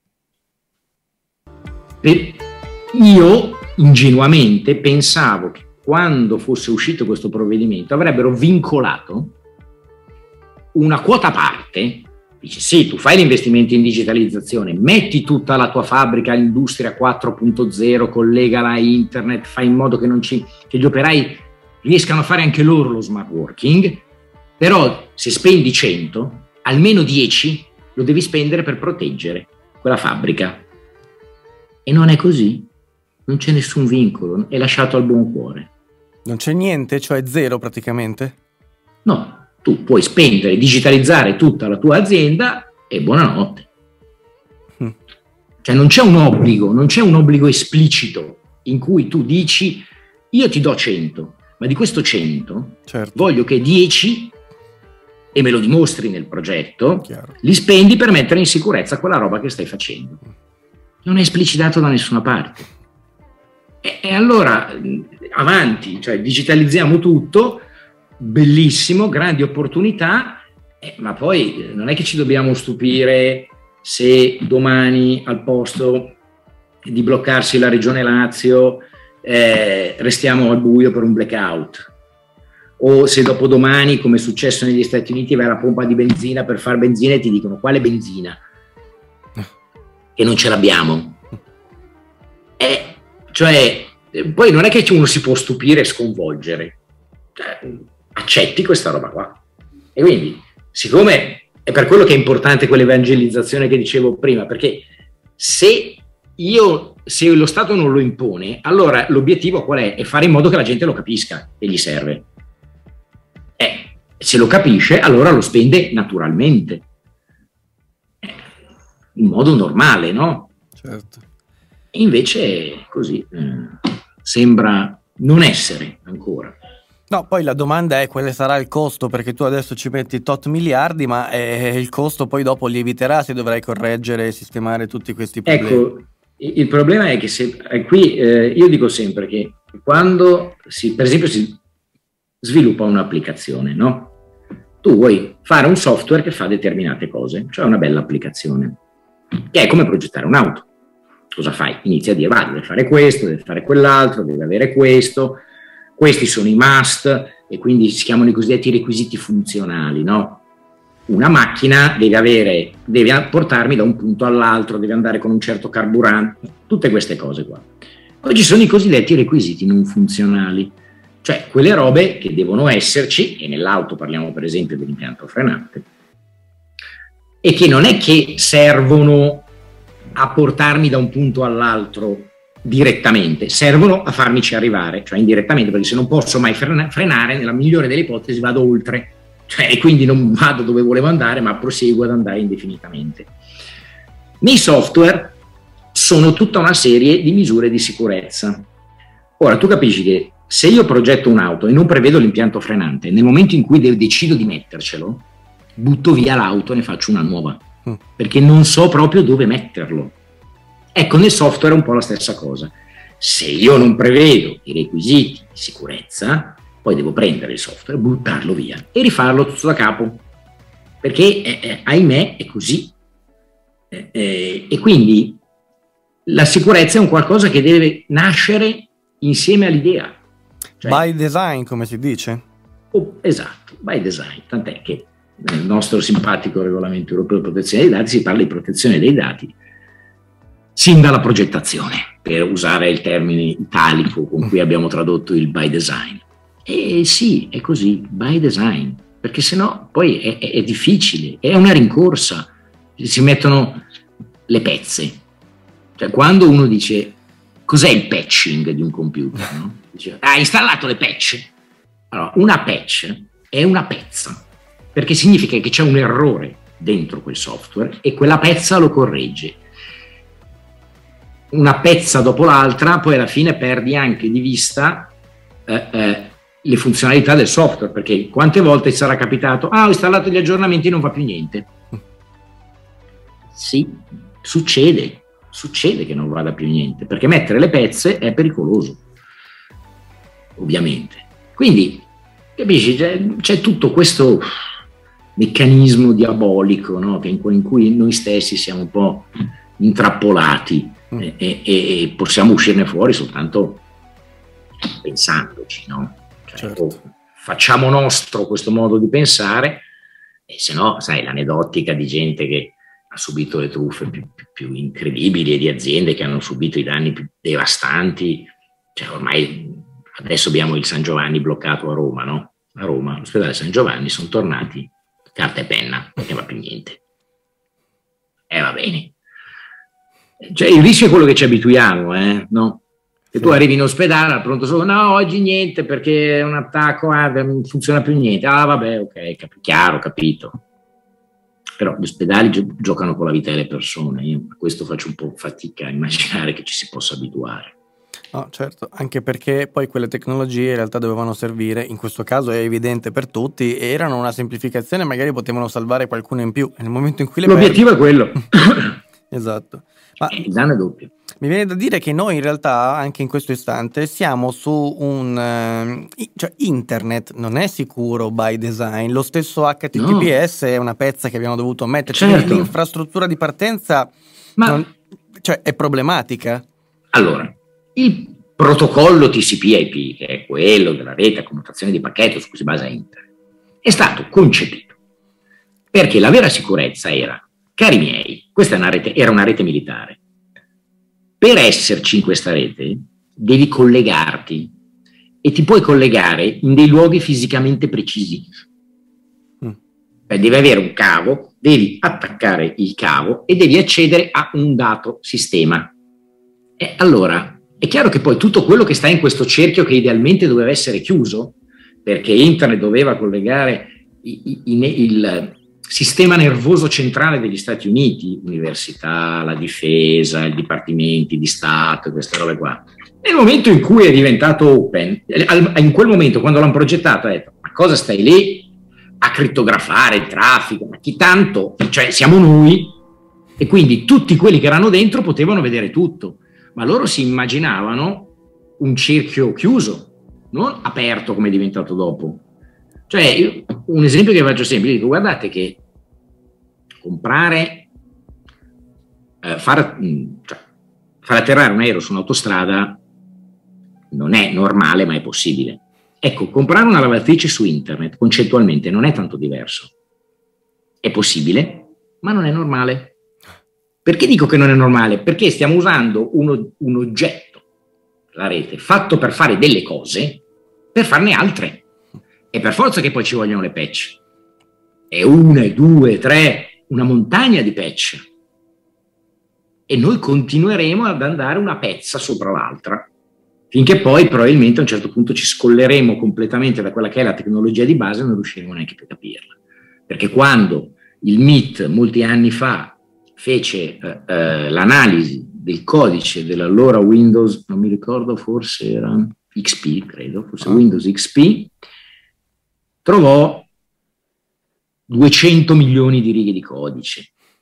io ingenuamente pensavo che quando fosse uscito questo provvedimento avrebbero vincolato una quota parte, dice sì, tu fai l'investimento in digitalizzazione, metti tutta la tua fabbrica all'industria 4.0, collegala a internet, fai in modo che gli operai riescano a fare anche loro lo smart working, però se spendi 100, almeno 10 lo devi spendere per proteggere quella fabbrica. E non è così, non c'è nessun vincolo, è lasciato al buon cuore. Non c'è niente, cioè zero praticamente? No, tu puoi spendere, digitalizzare tutta la tua azienda e buonanotte. Cioè non c'è un obbligo esplicito in cui tu dici io ti do 100, ma di questo 100 certo, voglio che 10, e me lo dimostri nel progetto, chiaro, li spendi per mettere in sicurezza quella roba che stai facendo. Non è esplicitato da nessuna parte. E allora avanti, cioè digitalizziamo tutto, bellissimo, grandi opportunità, ma poi non è che ci dobbiamo stupire se domani al posto di bloccarsi la regione Lazio restiamo al buio per un blackout, o se dopodomani, come è successo negli Stati Uniti, vai alla pompa di benzina per far benzina e ti dicono quale benzina? Che non ce l'abbiamo. Cioè, poi non è che uno si può stupire e sconvolgere, accetti questa roba qua. E quindi, siccome è per quello che è importante quell'evangelizzazione che dicevo prima, perché se lo Stato non lo impone, allora l'obiettivo qual è? È fare in modo che la gente lo capisca e gli serve. Se lo capisce, allora lo spende naturalmente, in modo normale, no? Certo. E invece così sembra non essere ancora. No, poi la domanda è quale sarà il costo, perché tu adesso ci metti tot miliardi, ma il costo poi dopo lieviterà se dovrai correggere e sistemare tutti questi problemi. Ecco, il problema è che qui io dico sempre che quando per esempio si sviluppa un'applicazione, no? Tu vuoi fare un software che fa determinate cose, cioè una bella applicazione, che è come progettare un'auto. Cosa fai? Inizi a dire, deve fare questo, deve fare quell'altro, deve avere questo, questi sono i must, e quindi si chiamano i cosiddetti requisiti funzionali, no? Una macchina deve portarmi da un punto all'altro, deve andare con un certo carburante, tutte queste cose qua. Poi ci sono i cosiddetti requisiti non funzionali, cioè quelle robe che devono esserci, e nell'auto parliamo per esempio dell'impianto frenante, e che non è che servono a portarmi da un punto all'altro direttamente, servono a farmici arrivare, cioè indirettamente, perché se non posso mai frenare, nella migliore delle ipotesi vado oltre, cioè, e quindi non vado dove volevo andare, ma proseguo ad andare indefinitamente. Nei software sono tutta una serie di misure di sicurezza. Ora tu capisci che se io progetto un'auto e non prevedo l'impianto frenante, nel momento in cui decido di mettercelo, butto via l'auto e ne faccio una nuova. perché non so proprio dove metterlo. Ecco, nel software è un po' la stessa cosa. Se io non prevedo i requisiti di sicurezza, poi devo prendere il software, buttarlo via e rifarlo tutto da capo, perché ahimè è così. E quindi la sicurezza è un qualcosa che deve nascere insieme all'idea. Cioè, by design, come si dice? Esatto, by design, tant'è che nel nostro simpatico regolamento europeo di protezione dei dati si parla di protezione dei dati sin dalla progettazione, per usare il termine italico con cui abbiamo tradotto il by design. E sì, è così, by design, perché sennò poi è difficile, è una rincorsa, si mettono le pezze. Cioè, quando uno dice cos'è il patching di un computer, no? Dice, ha installato le patch. Allora, una patch è una pezza, perché significa che c'è un errore dentro quel software e quella pezza lo corregge. Una pezza dopo l'altra, poi alla fine perdi anche di vista le funzionalità del software, perché quante volte ti sarà capitato, ho installato gli aggiornamenti e non va più niente. Sì, succede che non vada più niente, perché mettere le pezze è pericoloso, ovviamente. Quindi, capisci, c'è tutto questo meccanismo diabolico, no? in cui noi stessi siamo un po' intrappolati e possiamo uscirne fuori soltanto pensandoci, no? Cioè, certo. Facciamo nostro questo modo di pensare, e se no, sai, l'aneddotica di gente che ha subito le truffe più incredibili e di aziende che hanno subito i danni più devastanti. Cioè, ormai adesso abbiamo il San Giovanni bloccato a Roma, no? A Roma, all'ospedale San Giovanni, sono tornati carta e penna, non va più niente. Va bene. Cioè, il rischio è quello che ci abituiamo, no? Se tu arrivi in ospedale al pronto soccorso, no, oggi niente perché è un attacco, non funziona più niente. Vabbè, ok, chiaro, capito. Però gli ospedali giocano con la vita delle persone. Io a questo faccio un po' fatica a immaginare che ci si possa abituare. No, certo, anche perché poi quelle tecnologie in realtà dovevano servire, in questo caso è evidente per tutti, erano una semplificazione, magari potevano salvare qualcuno in più. Nel momento in cui l'obiettivo è quello. Esatto. Ma il danno è doppio. Mi viene da dire che noi in realtà, anche in questo istante, siamo su cioè internet non è sicuro by design, lo stesso HTTPS è una pezza che abbiamo dovuto mettere, certo. L'infrastruttura di partenza cioè è problematica. Allora, il protocollo TCP/IP, che è quello della rete a commutazione di pacchetto su cui si basa internet, è stato concepito perché la vera sicurezza era, cari miei, questa era una rete militare. Per esserci in questa rete devi collegarti e ti puoi collegare in dei luoghi fisicamente precisi. Devi avere un cavo, devi attaccare il cavo e devi accedere a un dato sistema. E allora è chiaro che poi tutto quello che sta in questo cerchio, che idealmente doveva essere chiuso, perché internet doveva collegare il sistema nervoso centrale degli Stati Uniti, università, la difesa, i dipartimenti di Stato, queste robe qua. Nel momento in cui è diventato open, in quel momento, quando l'hanno progettato, ha detto, ma cosa stai lì a crittografare il traffico? Ma chi tanto? Cioè, siamo noi, e quindi tutti quelli che erano dentro potevano vedere tutto, ma loro si immaginavano un cerchio chiuso, non aperto come è diventato dopo. Cioè, un esempio che faccio sempre, dico, guardate che comprare, far atterrare un aereo su un'autostrada non è normale, ma è possibile. Ecco, comprare una lavatrice su internet concettualmente non è tanto diverso. È possibile, ma non è normale. Perché dico che non è normale? Perché stiamo usando un oggetto, la rete, fatto per fare delle cose, per farne altre. E per forza che poi ci vogliono le patch. E 1, 2, 3, una montagna di patch. E noi continueremo ad andare una pezza sopra l'altra, finché poi probabilmente a un certo punto ci scolleremo completamente da quella che è la tecnologia di base e non riusciremo neanche più a capirla. Perché quando il MIT molti anni fa fece l'analisi del codice dell'allora Windows, non mi ricordo, forse era XP, credo, forse Windows XP, trovò 200 milioni di righe di codice.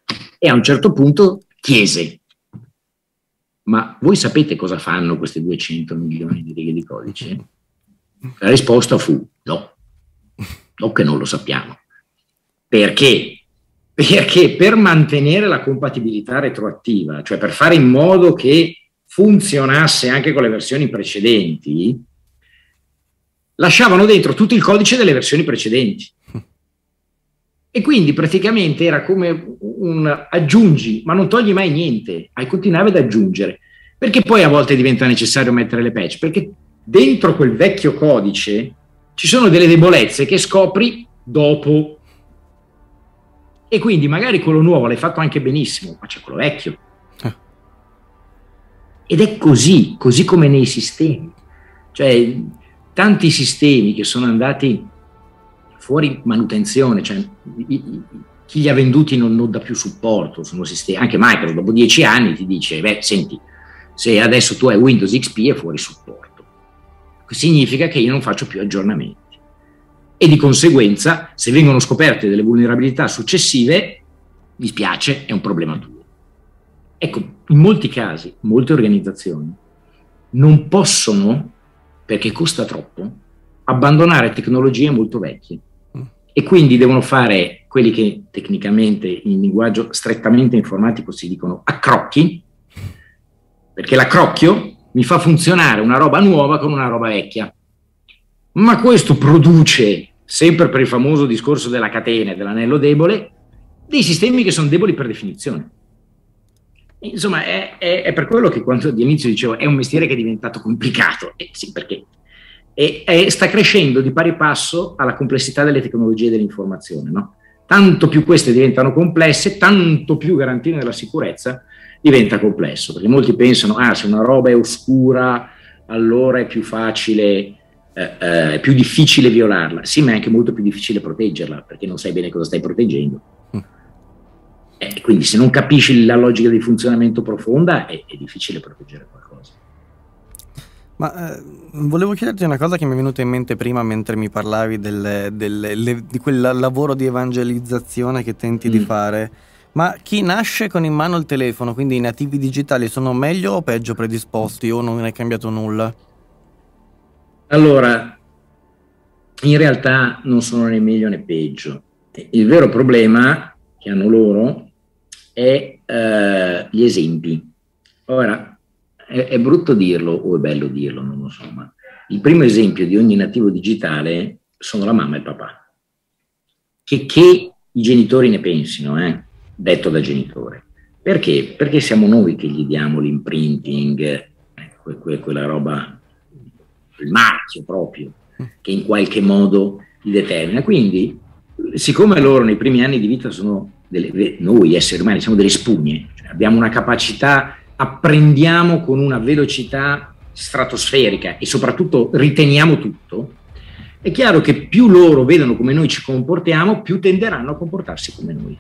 E a un certo punto chiese: ma voi sapete cosa fanno queste 200 milioni di righe di codice? La risposta fu no, che non lo sappiamo. Perché? Perché per mantenere la compatibilità retroattiva, cioè per fare in modo che funzionasse anche con le versioni precedenti, lasciavano dentro tutto il codice delle versioni precedenti. E quindi praticamente era come un aggiungi, ma non togli mai niente, continuavi ad aggiungere. Perché poi a volte diventa necessario mettere le patch? Perché dentro quel vecchio codice ci sono delle debolezze che scopri dopo. E quindi magari quello nuovo l'hai fatto anche benissimo, ma c'è quello vecchio. Ed è così come nei sistemi. Cioè, tanti sistemi che sono andati fuori manutenzione, cioè chi li ha venduti non dà più supporto, sono sistemi. Anche Microsoft dopo 10 anni ti dice: beh, senti, se adesso tu hai Windows XP è fuori supporto, significa che io non faccio più aggiornamenti. E di conseguenza, se vengono scoperte delle vulnerabilità successive, mi spiace, è un problema tuo. Ecco, in molti casi, molte organizzazioni non possono, perché costa troppo, abbandonare tecnologie molto vecchie. E quindi devono fare quelli che tecnicamente, in linguaggio strettamente informatico, si dicono accrocchi, perché l'accrocchio mi fa funzionare una roba nuova con una roba vecchia. Ma questo produce, sempre per il famoso discorso della catena e dell'anello debole, dei sistemi che sono deboli per definizione. Insomma, è per quello che quando all'inizio dicevo è un mestiere che è diventato complicato. Sì, perché sta crescendo di pari passo alla complessità delle tecnologie dell'informazione, no? Tanto più queste diventano complesse, tanto più garantire la sicurezza diventa complesso, perché molti pensano: se una roba è oscura allora è più facile, è più difficile violarla. Sì, ma è anche molto più difficile proteggerla, perché non sai bene cosa stai proteggendo. Quindi se non capisci la logica di funzionamento profonda è difficile proteggere qualcosa. Ma volevo chiederti una cosa che mi è venuta in mente prima mentre mi parlavi di quel lavoro di evangelizzazione che tenti di fare. Ma chi nasce con in mano il telefono, quindi i nativi digitali, sono meglio o peggio predisposti, o non è cambiato nulla? Allora, in realtà non sono né meglio né peggio. Il vero problema che hanno loro è gli esempi. Ora, è brutto dirlo o è bello dirlo, non lo so, ma il primo esempio di ogni nativo digitale sono la mamma e il papà. Che i genitori ne pensino, detto da genitore. Perché? Perché siamo noi che gli diamo l'imprinting, quella roba, il marchio proprio, che in qualche modo li determina. Quindi, siccome loro nei primi anni di vita sono noi esseri umani siamo delle spugne, cioè abbiamo una capacità, apprendiamo con una velocità stratosferica e soprattutto riteniamo tutto, è chiaro che più loro vedono come noi ci comportiamo, più tenderanno a comportarsi come noi,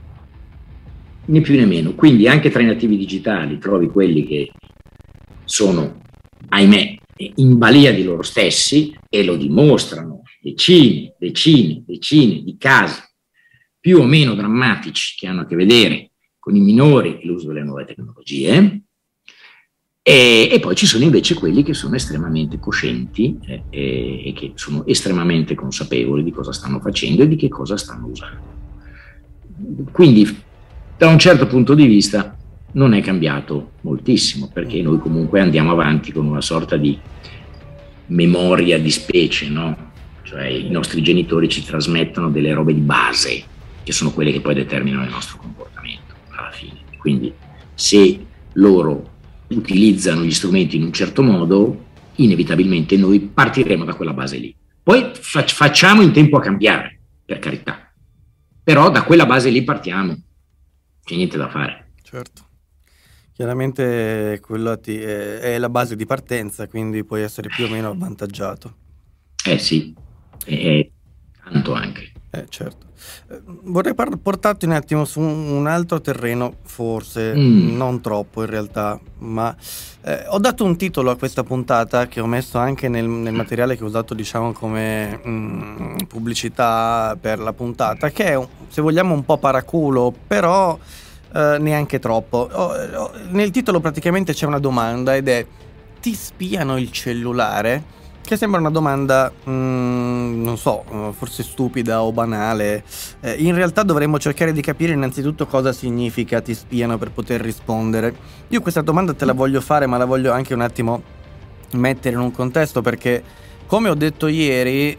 né più né meno. Quindi anche tra i nativi digitali trovi quelli che sono, ahimè, in balia di loro stessi, e lo dimostrano decine di casi più o meno drammatici che hanno a che vedere con i minori e l'uso delle nuove tecnologie, e poi ci sono invece quelli che sono estremamente coscienti e che sono estremamente consapevoli di cosa stanno facendo e di che cosa stanno usando. Quindi da un certo punto di vista non è cambiato moltissimo, perché noi comunque andiamo avanti con una sorta di memoria di specie, no? Cioè i nostri genitori ci trasmettono delle robe di base, che sono quelle che poi determinano il nostro comportamento alla fine. Quindi se loro utilizzano gli strumenti in un certo modo, inevitabilmente noi partiremo da quella base lì. Poi facciamo in tempo a cambiare, per carità, però da quella base lì partiamo, c'è niente da fare. Certo, chiaramente quello è la base di partenza, quindi puoi essere più o meno avvantaggiato. Sì, tanto anche. Certo. Vorrei portarti un attimo su un altro terreno, forse non troppo in realtà, ma ho dato un titolo a questa puntata che ho messo anche nel materiale che ho usato, diciamo, come pubblicità per la puntata, che è, se vogliamo, un po' paraculo, però Neanche troppo. Nel titolo praticamente c'è una domanda ed è: ti spiano il cellulare? Che sembra una domanda, non so, forse stupida o banale. In realtà dovremmo cercare di capire innanzitutto cosa significa ti spiano per poter rispondere. Io questa domanda te la voglio fare, ma la voglio anche un attimo mettere in un contesto, perché come ho detto ieri,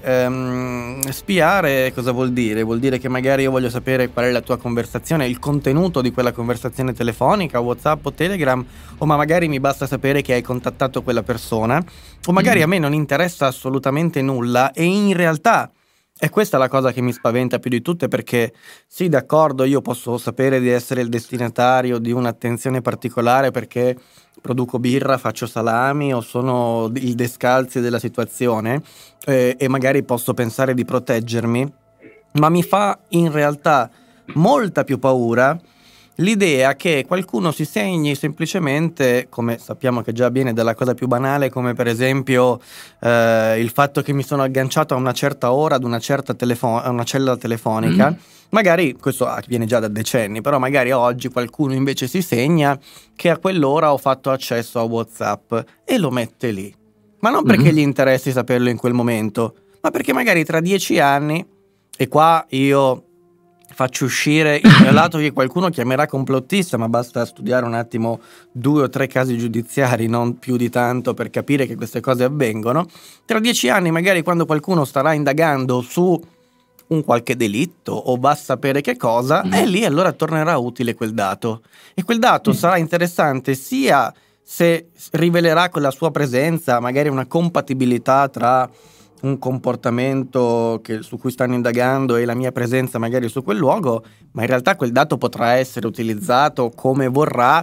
spiare cosa vuol dire? Vuol dire che magari io voglio sapere qual è la tua conversazione, il contenuto di quella conversazione telefonica, WhatsApp o Telegram, o ma magari mi basta sapere che hai contattato quella persona, o magari a me non interessa assolutamente nulla e in realtà è questa la cosa che mi spaventa più di tutte, perché sì, d'accordo, io posso sapere di essere il destinatario di un'attenzione particolare perché produco birra, faccio salami o sono il descalzi della situazione, e magari posso pensare di proteggermi, ma mi fa in realtà molta più paura l'idea che qualcuno si segni semplicemente, come sappiamo che già avviene, dalla cosa più banale, come per esempio il fatto che mi sono agganciato a una certa ora ad una certa a una cella telefonica. Magari questo avviene già da decenni, però magari oggi qualcuno invece si segna che a quell'ora ho fatto accesso a WhatsApp e lo mette lì. Ma non perché gli interessi saperlo in quel momento, ma perché magari tra 10 anni, e qua io faccio uscire il mio lato che qualcuno chiamerà complottista, ma basta studiare un attimo 2 o 3 casi giudiziari, non più di tanto, per capire che queste cose avvengono. Tra 10 anni, magari quando qualcuno starà indagando su un qualche delitto o va a sapere che cosa, e lì allora tornerà utile quel dato. E quel dato sarà interessante sia se rivelerà con la sua presenza magari una compatibilità tra un comportamento su cui stanno indagando e la mia presenza magari su quel luogo, ma in realtà quel dato potrà essere utilizzato come vorrà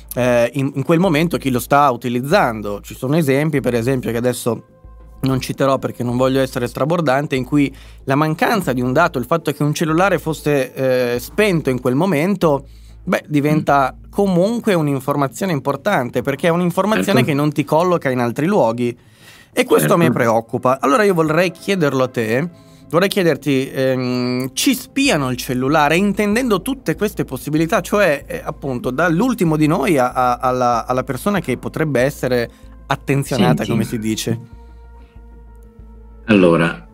in quel momento chi lo sta utilizzando. Ci sono esempi, per esempio, che adesso non citerò perché non voglio essere strabordante, in cui la mancanza di un dato, il fatto che un cellulare fosse spento in quel momento, diventa comunque un'informazione importante, perché è un'informazione che non ti colloca in altri luoghi. E questo mi preoccupa. Allora io vorrei chiederlo a te, vorrei chiederti, ci spiano il cellulare, intendendo tutte queste possibilità, cioè appunto dall'ultimo di noi alla persona che potrebbe essere attenzionata. Senti, come si dice? Allora,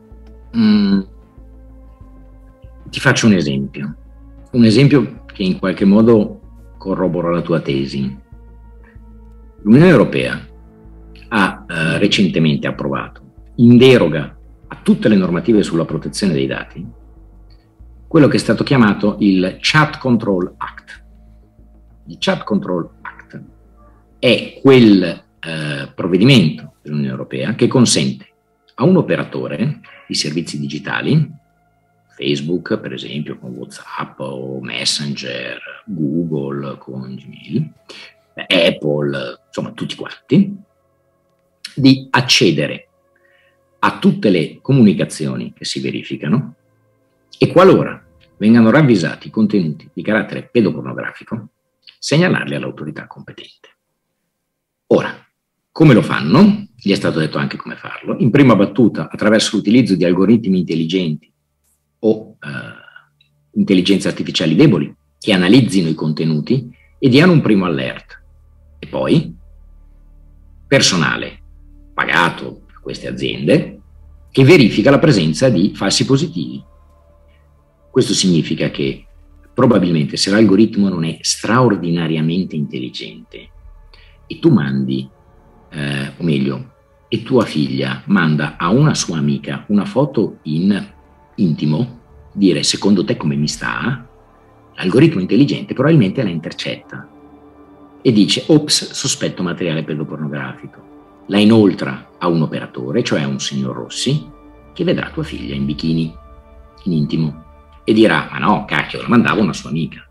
ti faccio un esempio che in qualche modo corrobora la tua tesi. L'Unione Europea ha recentemente approvato, in deroga a tutte le normative sulla protezione dei dati, quello che è stato chiamato il Chat Control Act. Il Chat Control Act è quel provvedimento dell'Unione Europea che consente a un operatore di servizi digitali, Facebook per esempio con WhatsApp o Messenger, Google con Gmail, Apple, insomma tutti quanti, di accedere a tutte le comunicazioni che si verificano e qualora vengano ravvisati contenuti di carattere pedopornografico, segnalarli all'autorità competente. Ora, come lo fanno? Gli è stato detto anche come farlo. In prima battuta attraverso l'utilizzo di algoritmi intelligenti o intelligenze artificiali deboli che analizzino i contenuti e diano un primo alert. E poi personale pagato da queste aziende che verifica la presenza di falsi positivi. Questo significa che probabilmente se l'algoritmo non è straordinariamente intelligente e tu mandi, o meglio, e tua figlia manda a una sua amica una foto in intimo, dire secondo te come mi sta, l'algoritmo intelligente probabilmente la intercetta e dice ops, sospetto materiale pedopornografico. La inoltra a un operatore, cioè a un signor Rossi, che vedrà tua figlia in bikini, in intimo, e dirà, ma no, cacchio, la mandavo a una sua amica.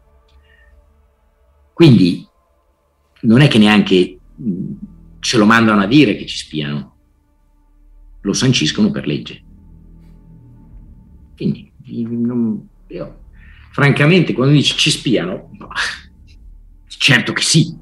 Quindi non è che neanche ce lo mandano a dire che ci spiano, lo sanciscono per legge. Quindi, io, francamente, quando dici ci spiano, no, certo che sì.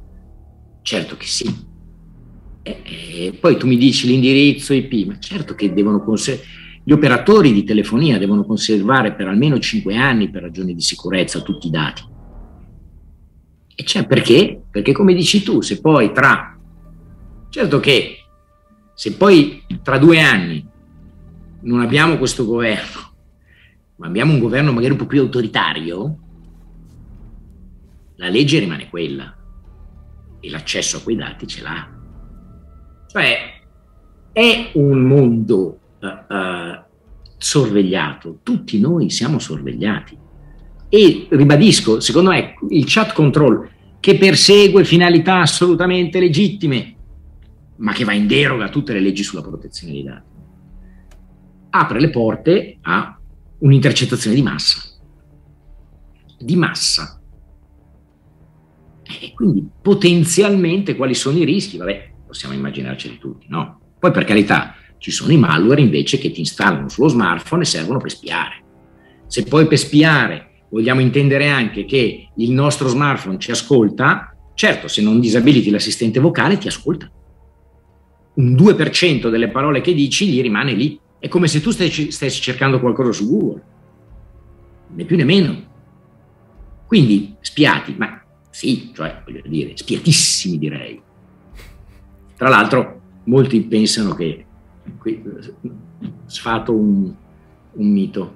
E poi tu mi dici l'indirizzo IP, ma certo che devono gli operatori di telefonia devono conservare per almeno 5 anni, per ragioni di sicurezza, tutti i dati. E cioè perché? Perché come dici tu, se poi certo che se poi tra 2 anni non abbiamo questo governo, ma abbiamo un governo magari un po' più autoritario, la legge rimane quella e l'accesso a quei dati ce l'ha. Cioè è un mondo sorvegliato, tutti noi siamo sorvegliati. E ribadisco, secondo me il chat control che persegue finalità assolutamente legittime, ma che va in deroga a tutte le leggi sulla protezione dei dati, apre le porte a un'intercettazione di massa. Di massa. E quindi potenzialmente quali sono i rischi? Vabbè, possiamo immaginarceli tutti, no? Poi per carità, ci sono i malware invece che ti installano sullo smartphone e servono per spiare. Se poi per spiare vogliamo intendere anche che il nostro smartphone ci ascolta, certo, se non disabiliti l'assistente vocale ti ascolta. Un 2% delle parole che dici gli rimane lì. È come se tu stessi cercando qualcosa su Google, né più né meno. Quindi spiati, ma sì, cioè voglio dire, spiatissimi direi. Tra l'altro molti pensano che qui sfato un mito.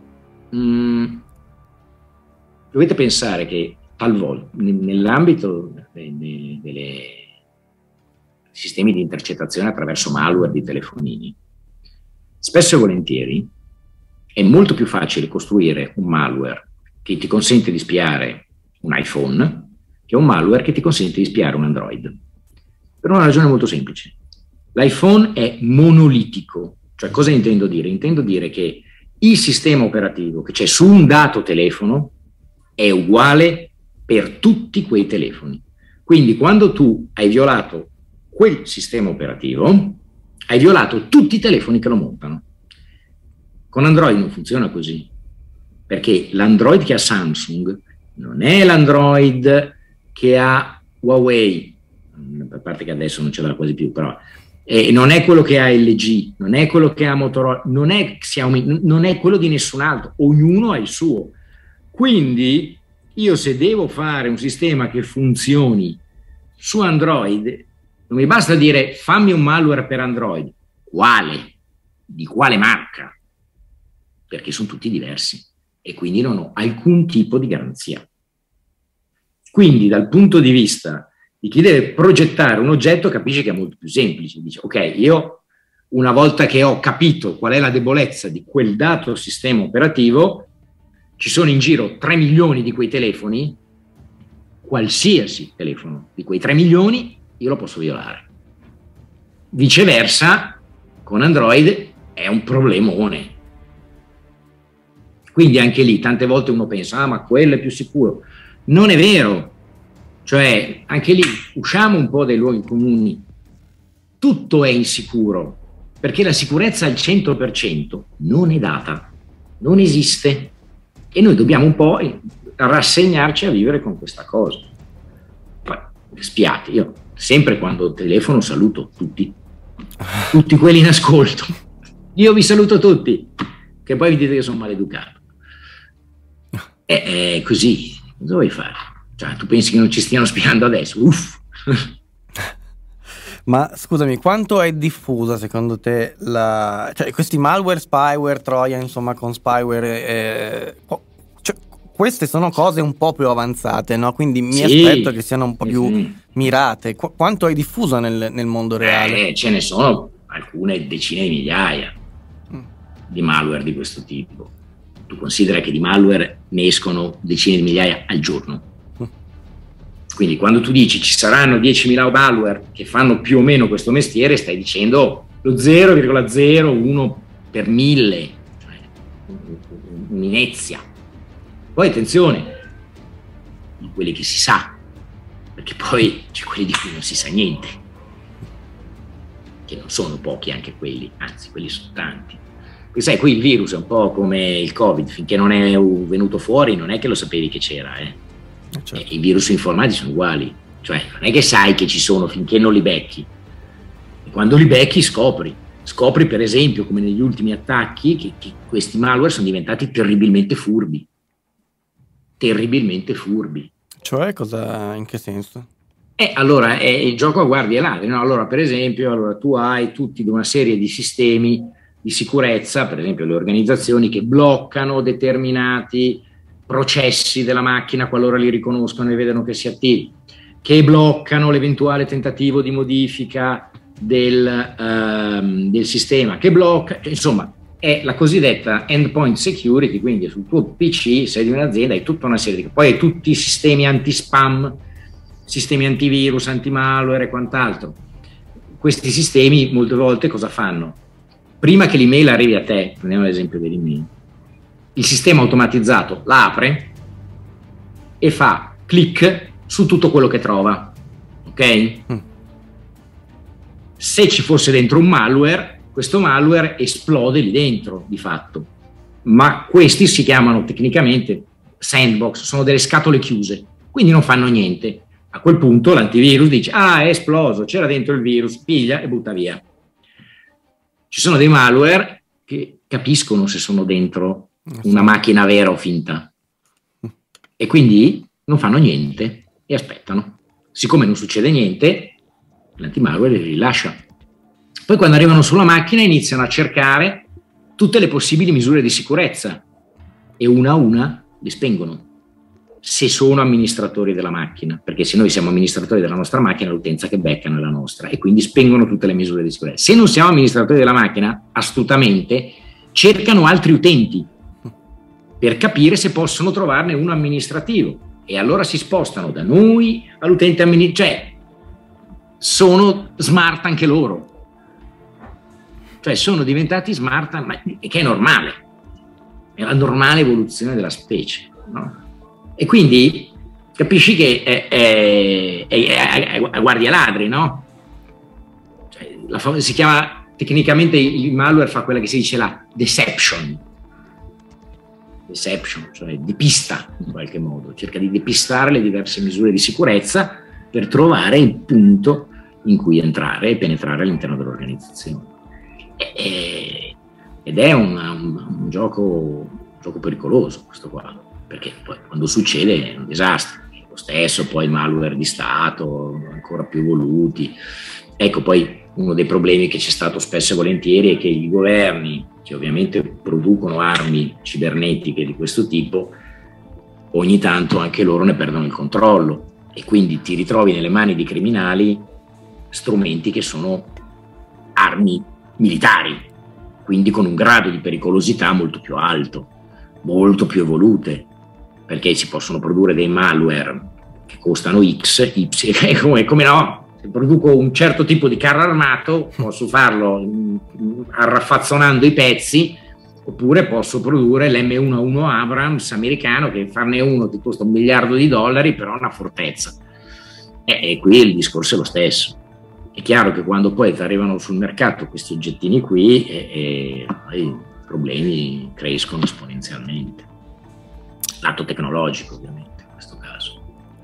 Dovete pensare che talvolta nell'ambito dei sistemi di intercettazione attraverso malware di telefonini, spesso e volentieri è molto più facile costruire un malware che ti consente di spiare un iPhone che un malware che ti consente di spiare un Android. Per una ragione molto semplice. L'iPhone è monolitico. Cioè, cosa intendo dire? Intendo dire che il sistema operativo che c'è su un dato telefono è uguale per tutti quei telefoni. Quindi quando tu hai violato quel sistema operativo, hai violato tutti i telefoni che lo montano. Con Android non funziona così, perché l'Android che ha Samsung non è l'Android che ha Huawei, a parte che adesso non ce l'ha quasi più, però non è quello che ha LG, non è quello che ha Motorola, non è Xiaomi, non è quello di nessun altro, ognuno ha il suo. Quindi io se devo fare un sistema che funzioni su Android, non mi basta dire fammi un malware per Android. Quale? Di quale marca? Perché sono tutti diversi e quindi non ho alcun tipo di garanzia. Quindi dal punto di vista di chi deve progettare un oggetto capisce che è molto più semplice. Dice ok, io una volta che ho capito qual è la debolezza di quel dato sistema operativo, ci sono in giro 3 milioni di quei telefoni, qualsiasi telefono di quei 3 milioni io lo posso violare. Viceversa, con Android è un problemone. Quindi anche lì tante volte uno pensa, ma quello è più sicuro. Non è vero. Cioè, anche lì usciamo un po' dai luoghi comuni. Tutto è insicuro, perché la sicurezza al 100% non è data, non esiste. E noi dobbiamo un po' rassegnarci a vivere con questa cosa. Poi, spiate, io sempre quando telefono saluto tutti quelli in ascolto. Io vi saluto tutti, che poi vi dite che sono maleducato. È così, cosa vuoi fare? Cioè, tu pensi che non ci stiano spiando adesso? Uff! Ma scusami, quanto è diffusa secondo te cioè, questi malware, spyware, troia, insomma, con spyware, cioè, queste sono cose un po' più avanzate, no? Quindi mi aspetto che siano un po' più mirate. Quanto è diffusa nel mondo reale? Ce ne sono alcune decine di migliaia di malware di questo tipo. Tu considera che di malware ne escono decine di migliaia al giorno. Quindi quando tu dici ci saranno 10.000 malware che fanno più o meno questo mestiere, stai dicendo lo 0,01 per 1000, cioè un'inezia. Poi attenzione, quelli che si sa, perché poi c'è quelli di cui non si sa niente, che non sono pochi anche quelli, anzi quelli sono tanti. Perché sai, qui il virus è un po' come il Covid, finché non è venuto fuori non è che lo sapevi che c'era, Certo. I virus informatici sono uguali, cioè non è che sai che ci sono finché non li becchi, e quando li becchi scopri per esempio, come negli ultimi attacchi, che questi malware sono diventati terribilmente furbi. Cioè, cosa, in che senso? Allora è il gioco a guardie e ladri, no? Allora, per esempio, allora, tu hai tutta una serie di sistemi di sicurezza, per esempio le organizzazioni che bloccano determinati processi della macchina qualora li riconoscono e vedono che si attivi, che bloccano l'eventuale tentativo di modifica del sistema, che blocca, insomma, è la cosiddetta endpoint security, quindi sul tuo PC, sei di un'azienda, hai tutta una serie di... Poi hai tutti i sistemi anti-spam, sistemi antivirus, anti-malware e quant'altro. Questi sistemi molte volte cosa fanno? Prima che l'email arrivi a te, prendiamo l'esempio dell'email, il sistema automatizzato la apre e fa click su tutto quello che trova, ok? Se ci fosse dentro un malware, questo malware esplode lì dentro di fatto, ma questi si chiamano tecnicamente sandbox, sono delle scatole chiuse, quindi non fanno niente. A quel punto l'antivirus dice è esploso, c'era dentro il virus, piglia e butta via. Ci sono dei malware che capiscono se sono dentro una macchina vera o finta e quindi non fanno niente e aspettano. Siccome non succede niente, l'antimalware li rilascia. Poi quando arrivano sulla macchina iniziano a cercare tutte le possibili misure di sicurezza e una a una li spengono, se sono amministratori della macchina, perché se noi siamo amministratori della nostra macchina, l'utenza che beccano è la nostra e quindi spengono tutte le misure di sicurezza. Se non siamo amministratori della macchina, astutamente cercano altri utenti per capire se possono trovarne uno amministrativo e allora si spostano da noi all'utente amministrativo, cioè sono smart anche loro. Cioè sono diventati smart, che è normale, è la normale evoluzione della specie, no? E quindi capisci che è guardia ladri, no? Cioè, si chiama tecnicamente, il malware fa quella che si dice la deception, cioè depista in qualche modo, cerca di depistare le diverse misure di sicurezza per trovare il punto in cui entrare e penetrare all'interno dell'organizzazione. Ed è un gioco pericoloso questo qua, perché poi quando succede è un disastro. Lo stesso poi il malware di Stato, ancora più evoluti. Ecco, poi uno dei problemi che c'è stato spesso e volentieri è che i governi, che ovviamente producono armi cibernetiche di questo tipo, ogni tanto anche loro ne perdono il controllo e quindi ti ritrovi nelle mani di criminali strumenti che sono armi militari, quindi con un grado di pericolosità molto più alto, molto più evolute, perché si possono produrre dei malware che costano X, Y, come no? Se produco un certo tipo di carro armato posso farlo arraffazzonando i pezzi, oppure posso produrre l'M11 Abrams americano, che farne uno ti costa $1 miliardo, però è una fortezza. E qui il discorso è lo stesso. È chiaro che quando poi arrivano sul mercato questi oggettini qui, i problemi crescono esponenzialmente. Lato tecnologico, ovviamente, in questo caso.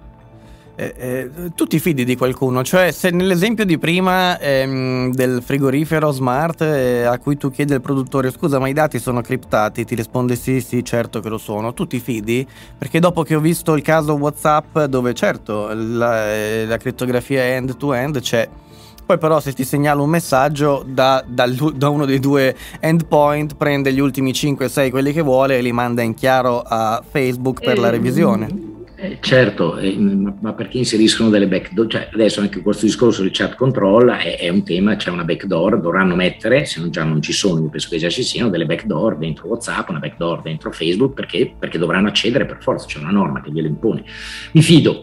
Tu ti fidi di qualcuno? Cioè, se nell'esempio di prima del frigorifero smart a cui tu chiedi al produttore scusa ma i dati sono criptati, ti risponde sì certo che lo sono, tu ti fidi? Perché dopo che ho visto il caso WhatsApp dove certo la crittografia è end to end, c'è, poi però se ti segnala un messaggio da uno dei due endpoint prende gli ultimi 5-6 quelli che vuole e li manda in chiaro a Facebook per la revisione. Certo, ma perché inseriscono delle backdoor? Cioè, adesso anche questo discorso del chat control è un tema, c'è una backdoor, dovranno mettere, se già non ci sono, io penso che già ci siano, delle backdoor dentro WhatsApp, una backdoor dentro Facebook, perché dovranno accedere per forza, c'è una norma che glielo impone. Mi fido.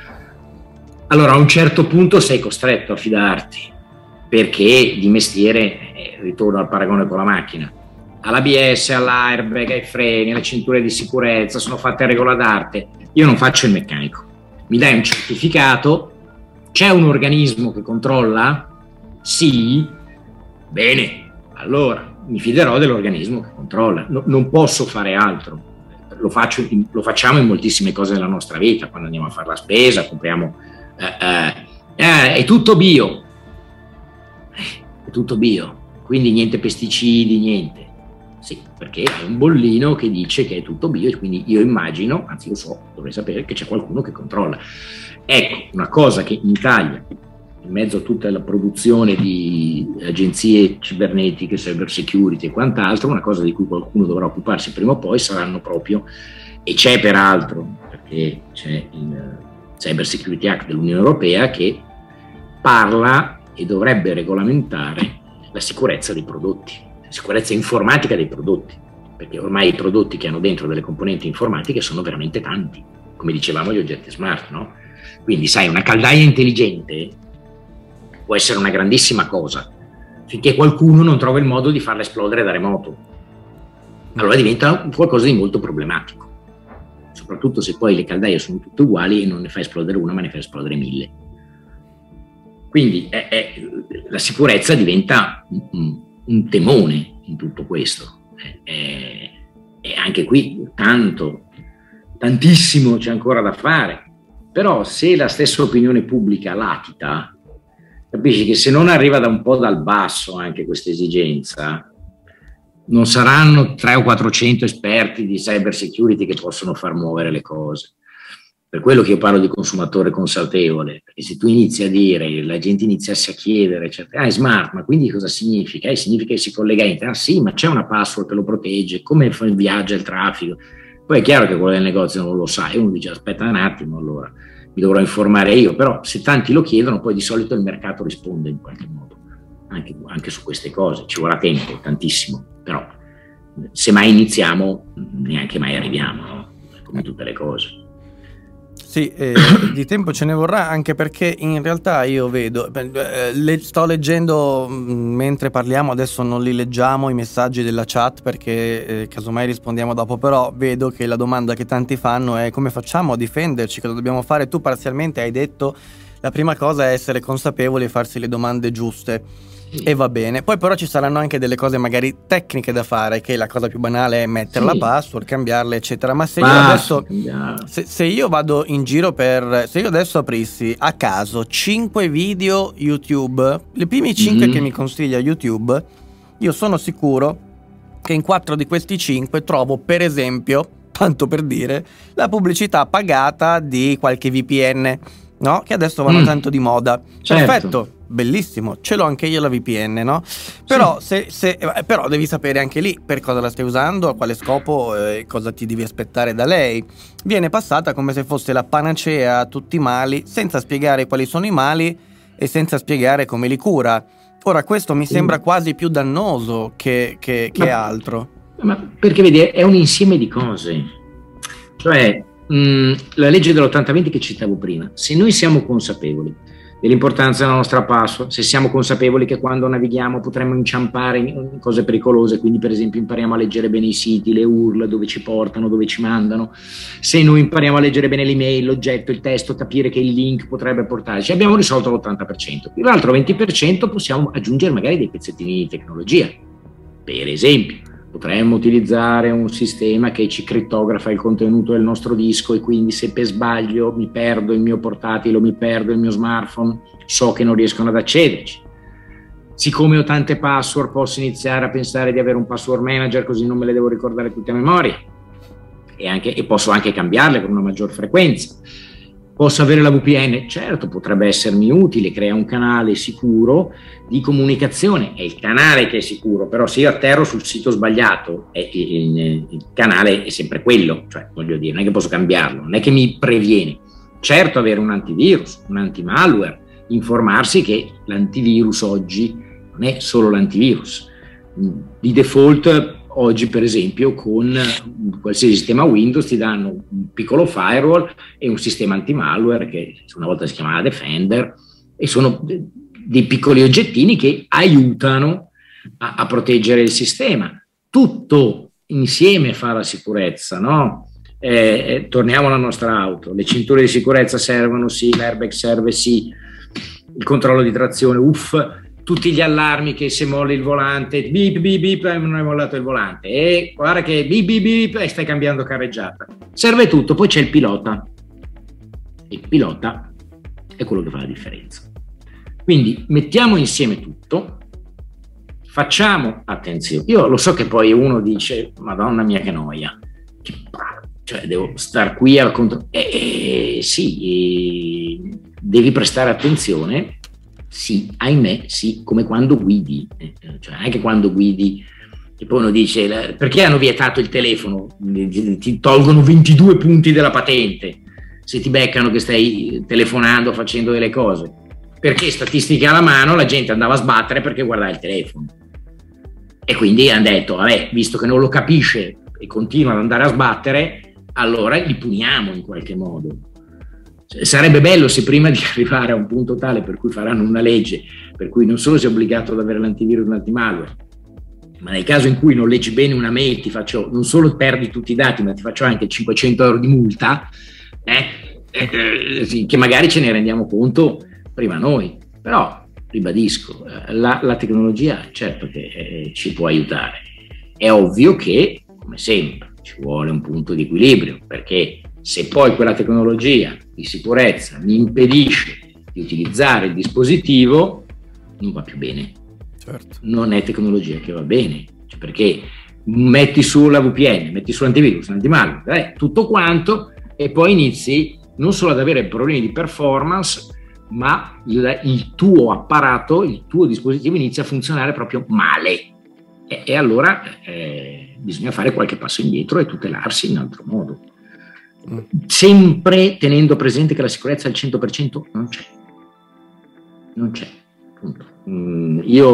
Allora a un certo punto sei costretto a fidarti, perché di mestiere, ritorno al paragone con la macchina, all'ABS, all'airbag, ai freni, alle cinture di sicurezza, sono fatte a regola d'arte. Io non faccio il meccanico, mi dai un certificato, c'è un organismo che controlla? Sì? Bene, allora mi fiderò dell'organismo che controlla, non posso fare altro. Lo facciamo in moltissime cose della nostra vita, quando andiamo a fare la spesa, compriamo, è tutto bio, quindi niente pesticidi, niente. Sì, perché hai un bollino che dice che è tutto bio e quindi io immagino, anzi lo so, dovrei sapere che c'è qualcuno che controlla. Ecco, una cosa che in Italia, in mezzo a tutta la produzione di agenzie cibernetiche, cyber security e quant'altro, una cosa di cui qualcuno dovrà occuparsi prima o poi saranno proprio, e c'è peraltro, perché c'è il Cyber Security Act dell'Unione Europea che parla e dovrebbe regolamentare la sicurezza dei prodotti, la sicurezza informatica dei prodotti, perché ormai i prodotti che hanno dentro delle componenti informatiche sono veramente tanti, come dicevamo gli oggetti smart, no? Quindi sai, una caldaia intelligente può essere una grandissima cosa, finché qualcuno non trova il modo di farla esplodere da remoto. Allora diventa qualcosa di molto problematico, soprattutto se poi le caldaie sono tutte uguali e non ne fai esplodere una ma ne fai esplodere 1000. Quindi la sicurezza diventa un temone in tutto questo. E anche qui tantissimo c'è ancora da fare. Però se la stessa opinione pubblica latita, capisci che se non arriva da un po' dal basso anche questa esigenza, non saranno 300 o 400 esperti di cyber security che possono far muovere le cose. Per quello che io parlo di consumatore consapevole, perché se tu inizi a dire, la gente iniziasse a chiedere, cioè, è smart, ma quindi cosa significa? Significa che si collega a internet? Sì, ma c'è una password che lo protegge, come viaggia il traffico? Poi è chiaro che quello del negozio non lo sa, e uno dice aspetta un attimo, allora mi dovrò informare io, però se tanti lo chiedono poi di solito il mercato risponde in qualche modo, anche su queste cose, ci vorrà tempo, tantissimo, però se mai iniziamo neanche mai arriviamo, no? Come tutte le cose. Sì, di tempo ce ne vorrà, anche perché in realtà io vedo, sto leggendo mentre parliamo, adesso non li leggiamo i messaggi della chat perché casomai rispondiamo dopo, però vedo che la domanda che tanti fanno è come facciamo a difenderci, cosa dobbiamo fare? Tu parzialmente hai detto la prima cosa è essere consapevoli e farsi le domande giuste. E va bene, poi però ci saranno anche delle cose magari tecniche da fare, che la cosa più banale è mettere la password, cambiarle eccetera, ma se io adesso se io vado in giro se io adesso aprissi a caso 5 video YouTube, i primi 5 che mi consiglia YouTube, io sono sicuro che in 4 di questi 5 trovo, per esempio, tanto per dire, la pubblicità pagata di qualche VPN, no? Che adesso vanno tanto di moda. Certo. Perfetto, bellissimo, ce l'ho anche io la VPN, no? Però però devi sapere anche lì per cosa la stai usando, a quale scopo, cosa ti devi aspettare da lei. Viene passata come se fosse la panacea a tutti i mali, senza spiegare quali sono i mali e senza spiegare come li cura. Ora questo mi sembra quasi più dannoso che altro. Ma perché vedi, è un insieme di cose. Cioè la legge dell'80-20 che citavo prima, se noi siamo consapevoli dell'importanza della nostra password, se siamo consapevoli che quando navighiamo potremmo inciampare in cose pericolose, quindi per esempio impariamo a leggere bene i siti, le URL, dove ci portano, dove ci mandano, se noi impariamo a leggere bene l'email, l'oggetto, il testo, capire che il link potrebbe portarci, abbiamo risolto l'80%. L'altro 20% possiamo aggiungere magari dei pezzettini di tecnologia. Per esempio potremmo utilizzare un sistema che ci crittografa il contenuto del nostro disco e quindi se per sbaglio mi perdo il mio portatile o mi perdo il mio smartphone, so che non riescono ad accederci. Siccome ho tante password, posso iniziare a pensare di avere un password manager, così non me le devo ricordare tutte a memoria e posso anche cambiarle con una maggior frequenza. Posso avere la VPN? Certo, potrebbe essermi utile, crea un canale sicuro di comunicazione, è il canale che è sicuro, però se io atterro sul sito sbagliato, il canale è sempre quello, cioè voglio dire, non è che posso cambiarlo, non è che mi previene. Certo, avere un antivirus, un antimalware, informarsi che l'antivirus oggi non è solo l'antivirus. Di default oggi per esempio con qualsiasi sistema Windows ti danno un piccolo firewall e un sistema anti-malware che una volta si chiamava Defender e sono dei piccoli oggettini che aiutano a proteggere il sistema. Tutto insieme fa la sicurezza, no? Torniamo alla nostra auto, le cinture di sicurezza servono, sì, l'airbag serve, sì, il controllo di trazione, tutti gli allarmi che se molli il volante, bip bip bip, non hai mollato il volante, e guarda che bip bip bip e stai cambiando carreggiata. Serve tutto, poi c'è il pilota. Il pilota è quello che fa la differenza. Quindi mettiamo insieme tutto, facciamo attenzione. Io lo so che poi uno dice, Madonna mia che noia, cioè devo star qui al controllo. Sì, devi prestare attenzione, sì, ahimè, sì, come quando guidi, cioè anche quando guidi, e poi uno dice, perché hanno vietato il telefono? Ti tolgono 22 punti della patente se ti beccano che stai telefonando, facendo delle cose. Perché statistiche alla mano la gente andava a sbattere perché guardava il telefono. E quindi hanno detto, vabbè, visto che non lo capisce e continua ad andare a sbattere, allora li puniamo in qualche modo. Sarebbe bello se prima di arrivare a un punto tale per cui faranno una legge per cui non solo sei obbligato ad avere l'antivirus e l'antimalware, ma nel caso in cui non leggi bene una mail ti faccio, non solo perdi tutti i dati, ma ti faccio anche 500 euro di multa, che magari ce ne rendiamo conto prima noi. Però ribadisco, la tecnologia certo che ci può aiutare. È ovvio che, come sempre, ci vuole un punto di equilibrio, perché se poi quella tecnologia di sicurezza mi impedisce di utilizzare il dispositivo, non va più bene. Certo. Non è tecnologia che va bene, cioè perché metti sulla VPN, metti sull'antivirus, l'antimalware, tutto quanto, e poi inizi non solo ad avere problemi di performance, ma il tuo apparato, il tuo dispositivo inizia a funzionare proprio male. E allora bisogna fare qualche passo indietro e tutelarsi in altro modo. Sempre tenendo presente che la sicurezza al 100% non c'è. Punto. Io